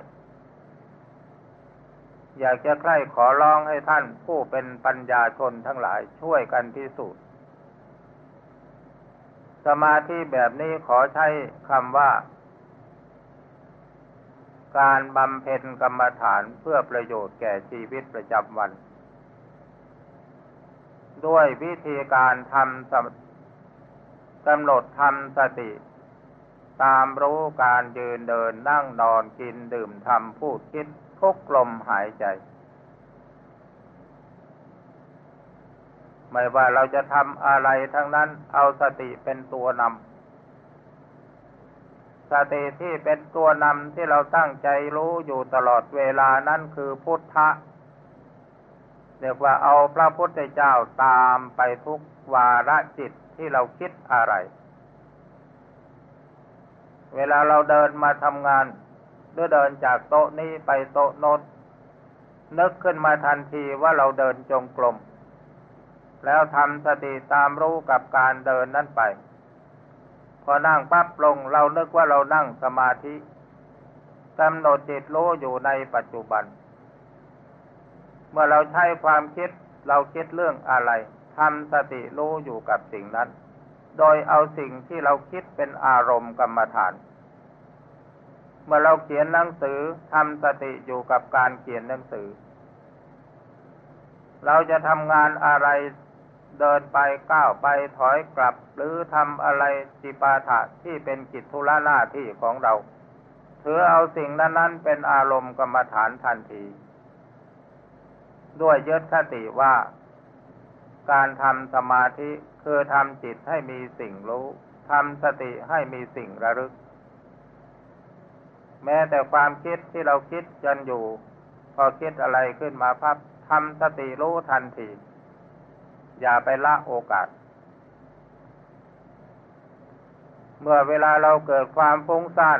อยากจะใคร่ขอร้องให้ท่านผู้เป็นปัญญาชนทั้งหลายช่วยกันพิสูจน์สมาธิแบบนี้ขอใช้คำว่าการบำเพ็ญกรรมฐานเพื่อประโยชน์แก่ชีวิตประจำวันด้วยวิธีการทำกำหนดทำสติตามรู้การยืนเดินนั่งนอนกินดื่มทำพูดคิดทุกลมหายใจไม่ว่าเราจะทำอะไรทั้งนั้นเอาสติเป็นตัวนำสติที่เป็นตัวนำที่เราตั้งใจรู้อยู่ตลอดเวลานั้นคือพุทธะเรียกว่าเอาพระพุทธเจ้าตามไปทุกวาระจิตที่เราคิดอะไรเวลาเราเดินมาทำงานหรือเดินจากโต๊ะนี้ไปโต๊ะโน้นนึกขึ้นมาทันทีว่าเราเดินจงกรมแล้วทำสติตามรู้กับการเดินนั้นไปพอนั่งปั๊บลงเรานึกว่าเรานั่งสมาธิกำหนดจิตรู้อยู่ในปัจจุบันเมื่อเราใช้ความคิดเราคิดเรื่องอะไรทำสติรู้อยู่กับสิ่งนั้นโดยเอาสิ่งที่เราคิดเป็นอารมณ์กรรมฐานเมื่อเราเขียนหนังสือทำสติอยู่กับการเขียนหนังสือเราจะทำงานอะไรเดินไปก้าวไปถอยกลับหรือทำอะไรจิปาถะที่เป็นกิจธุระหน้าที่ของเราถือเอาสิ่งนั้นๆเป็นอารมณ์กรรมฐานทันทีด้วยยึดคติว่าการทำสมาธิคือทำจิตให้มีสิ่งรู้ทำสติให้มีสิ่งระลึกแม้แต่ความคิดที่เราคิดกันอยู่พอคิดอะไรขึ้นมาพับทำสติรู้ทันทีอย่าไปละโอกาสเมื่อเวลาเราเกิดความฟุ้งซ่าน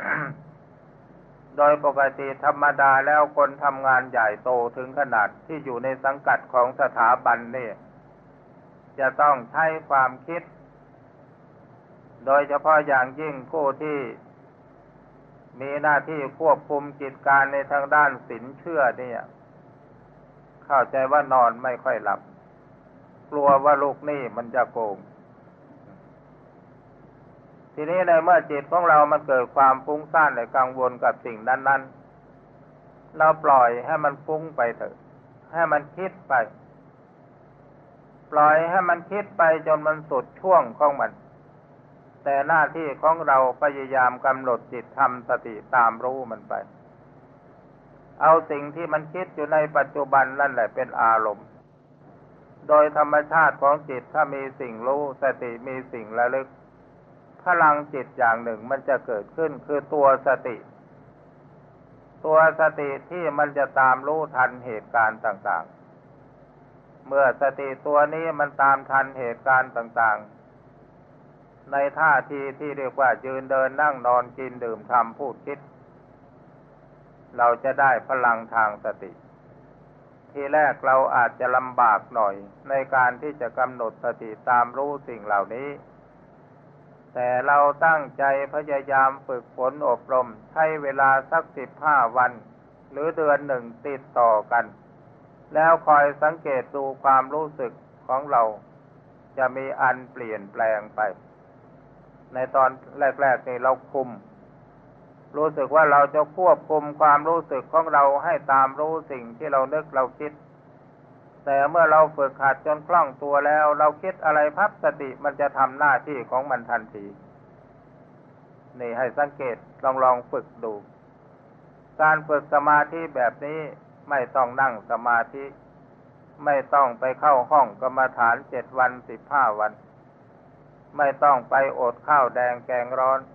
โดยปกติธรรมดาแล้วคนทำงานใหญ่โตถึงขนาดที่อยู่ในสังกัดของสถาบันนี่จะต้องใช้ความคิดโดยเฉพาะอย่างยิ่งผู้ที่มีหน้าที่ควบคุมกิจการในทางด้านสินเชื่อเนี่ยเข้าใจว่านอนไม่ค่อยหลับกลัวว่าลูกหนี้มันจะโกงทีนี้ในเมื่อจิตของเรามันเกิดความฟุ้งซ่านและกังวลกับสิ่งนั้นๆเราปล่อยให้มันฟุ้งไปเถอะให้มันคิดไปปล่อยให้มันคิดไปจนมันสุดช่วงของมันแต่หน้าที่ของเราพยายามกำหนดจิตทำสติตามรู้มันไปเอาสิ่งที่มันคิดอยู่ในปัจจุบันนั่นแหละเป็นอารมณ์โดยธรรมชาติของจิตถ้ามีสิ่งรู้สติมีสิ่งระลึกพลังจิตอย่างหนึ่งมันจะเกิดขึ้นคือตัวสติตัวสติที่มันจะตามรู้ทันเหตุการณ์ต่างๆเมื่อสติตัวนี้มันตามทันเหตุการณ์ต่างๆในท่าทีที่เรียกว่ายืนเดินนั่งนอนกินดื่มทำพูดคิดเราจะได้พลังทางสติทีแรกเราอาจจะลำบากหน่อยในการที่จะกำหนดสติตามรู้สิ่งเหล่านี้แต่เราตั้งใจพยายามฝึกฝนอบรมใช้เวลาสักสิบห้าวันหรือเดือนหนึ่งติดต่อกันแล้วคอยสังเกตดูความรู้สึกของเราจะมีอันเปลี่ยนแปลงไปในตอนแรกๆนี่เราคุมรู้สึกว่าเราจะควบคุมความรู้สึกของเราให้ตามรู้สิ่งที่เรานึกเราคิดแต่เมื่อเราฝึกหัดจนคล่องตัวแล้วเราคิดอะไรพับสติมันจะทำหน้าที่ของมันทันทีนี่ให้สังเกตลองลองฝึกดูการฝึกสมาธิแบบนี้ไม่ต้องนั่งสมาธิไม่ต้องไปเข้าห้องกรรมฐานเจ็ดวันสิบห้าวันไม่ต้องไปอดข้าวแดงแกงร้อน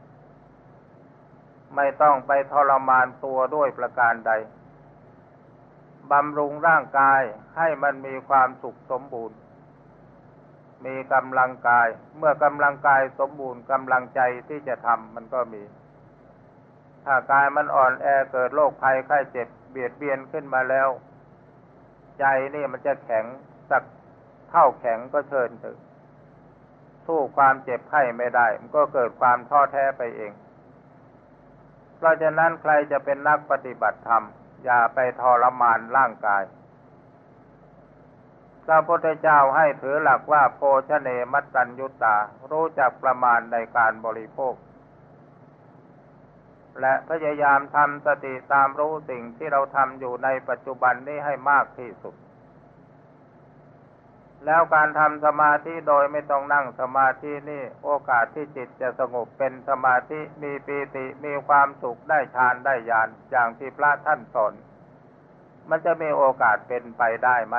ไม่ต้องไปทรมานตัวด้วยประการใดบำรุงร่างกายให้มันมีความสุขสมบูรณ์มีกำลังกายเมื่อกำลังกายสมบูรณ์กำลังใจที่จะทำมันก็มีถ้ากายมันอ่อนแอเกิดโรคภัยไข้เจ็บเบียดเบียนขึ้นมาแล้วใจนี่มันจะแข็งสักเท่าแข็งก็เชิญเถอะสู้ความเจ็บไข้ไม่ได้มันก็เกิดความท้อแท้ไปเองเพราะฉะนั้นใครจะเป็นนักปฏิบัติธรรมอย่าไปทรมานร่างกายพระพุทธเจ้าให้ถือหลักว่าโภชเนมัตตัญญูตารู้จักประมาณในการบริโภคและพยายามทำสติตามรู้สิ่งที่เราทำอยู่ในปัจจุบันนี้ให้มากที่สุดแล้วการทำสมาธิโดยไม่ต้องนั่งสมาธินี่โอกาสที่จิตจะสงบเป็นสมาธิมีปีติมีความสุขได้ฌานได้ญาณอย่างที่พระท่านสอนมันจะมีโอกาสเป็นไปได้ไหม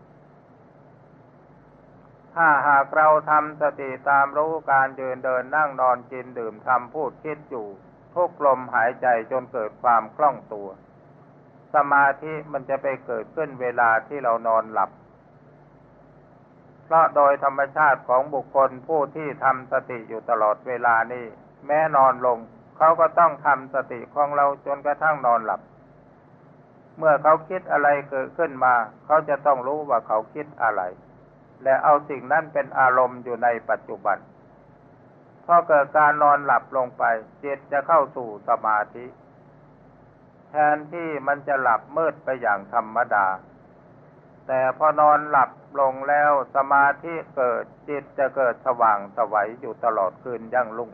ถ้าหากเราทำสติตามรู้การยืนเดินนั่งนอนกินดื่มทำพูดคิดอยู่ทุกลมหายใจจนเกิดความคล่องตัวสมาธิมันจะไปเกิดขึ้นเวลาที่เรานอนหลับเพราะโดยธรรมชาติของบุคคลผู้ที่ทำสติอยู่ตลอดเวลานี้แม้นอนลงเขาก็ต้องทำสติของเราจนกระทั่งนอนหลับเมื่อเขาคิดอะไรเกิดขึ้นมาเขาจะต้องรู้ว่าเขาคิดอะไรและเอาสิ่งนั้นเป็นอารมณ์อยู่ในปัจจุบันพอเกิดการนอนหลับลงไปจิตจะเข้าสู่สมาธิแทนที่มันจะหลับมืดไปอย่างธรรมดาแต่พอนอนหลับลงแล้วสมาธิเกิดจิตจะเกิดสว่างไสวอยู่ตลอดคืนยั่งรุ่ง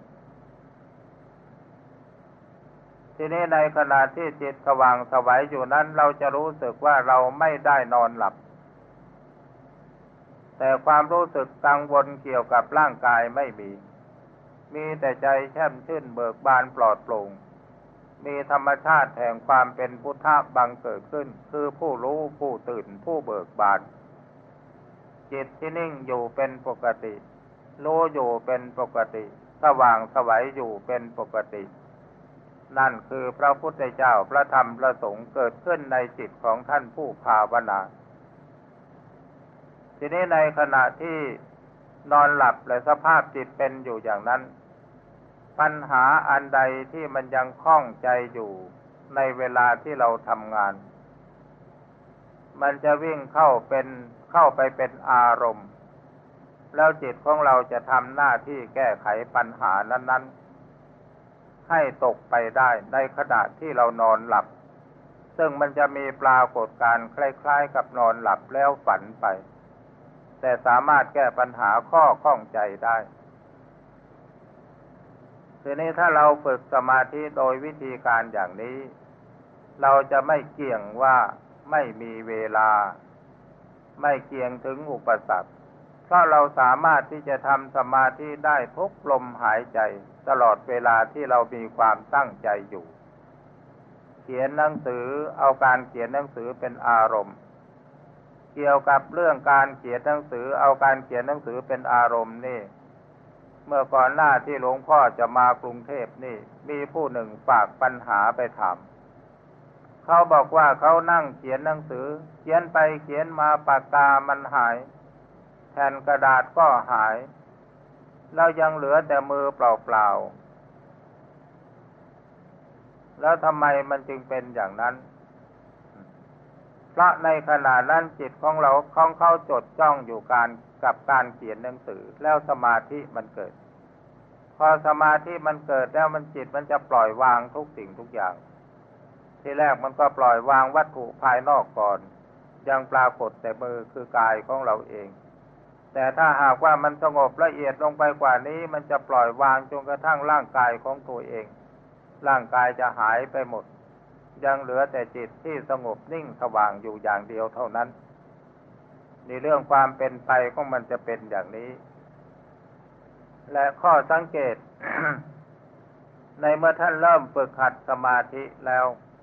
ทีนี้ในขณะที่จิตสว่างไสวอยู่นั้นเราจะรู้สึกว่าเราไม่ได้นอนหลับแต่ความรู้สึกกังวลเกี่ยวกับร่างกายไม่มีมีแต่ใจแช่มชื่นเบิกบานปลอดโปร่งมีธรรมชาติแห่งความเป็นพุทธะบังเกิดขึ้นคือผู้รู้ผู้ตื่นผู้เบิกบานจิตที่นิ่งอยู่เป็นปกติรู้อยู่เป็นปกติสว่างไสวอยู่เป็นปกตินั่นคือพระพุทธเจ้าพระธรรมพระสงฆ์เกิดขึ้นในจิตของท่านผู้ภาวนาทีนี้ในขณะที่นอนหลับและสภาพจิตเป็นอยู่อย่างนั้นปัญหาอันใดที่มันยังข้องใจอยู่ในเวลาที่เราทำงานมันจะวิ่งเข้าเป็นเข้าไปเป็นอารมณ์แล้วจิตของเราจะทำหน้าที่แก้ไขปัญหานั้นๆให้ตกไปได้ในขณะที่เรานอนหลับซึ่งมันจะมีปรากฏการณ์คล้ายๆกับนอนหลับแล้วฝันไปแต่สามารถแก้ปัญหาข้อข้องใจได้ทีนี้ถ้าเราฝึกสมาธิโดยวิธีการอย่างนี้เราจะไม่เกี่ยงว่าไม่มีเวลาไม่เกี่ยงถึงอุปสรรคเพราะเราสามารถที่จะทำสมาธิได้ทุกลมหายใจตลอดเวลาที่เรามีความตั้งใจอยู่เขียนหนังสือเอาการเขียนหนังสือเป็นอารมณ์เกี่ยวกับเรื่องการเขียนหนังสือเอาการเขียนหนังสือเป็นอารมณ์นี่เมื่อก่อนหน้าที่หลวงพ่อจะมากรุงเทพนี่มีผู้หนึ่งฝากปัญหาไปถามเขาบอกว่าเขานั่งเขียนหนังสือเขียนไปเขียนมาปากกามันหายแผ่นกระดาษก็หายแล้วยังเหลือแต่มือเปล่าๆแล้วทำไมมันจึงเป็นอย่างนั้นเพราะในขณะนั้นจิตของเราของเขาจดจ้องอยู่การกับการเขียนหนังสือแล้วสมาธิมันเกิดพอสมาธิมันเกิดแล้วมันจิตมันจะปล่อยวางทุกสิ่งทุกอย่างทีแรกมันก็ปล่อยวางวัตถุภายนอกก่อนยังปรากฏแต่มือคือกายของเราเองแต่ถ้าหากว่ามันสงบละเอียดลงไปกว่านี้มันจะปล่อยวางจนกระทั่งร่างกายของตัวเองร่างกายจะหายไปหมดยังเหลือแต่จิตที่สงบนิ่งสว่างอยู่อย่างเดียวเท่านั้นในเรื่องความเป็นไปของมันจะเป็นอย่างนี้และข้อสังเกต ในเมื่อท่านเริ่มฝึกหัดสมาธิแล้ว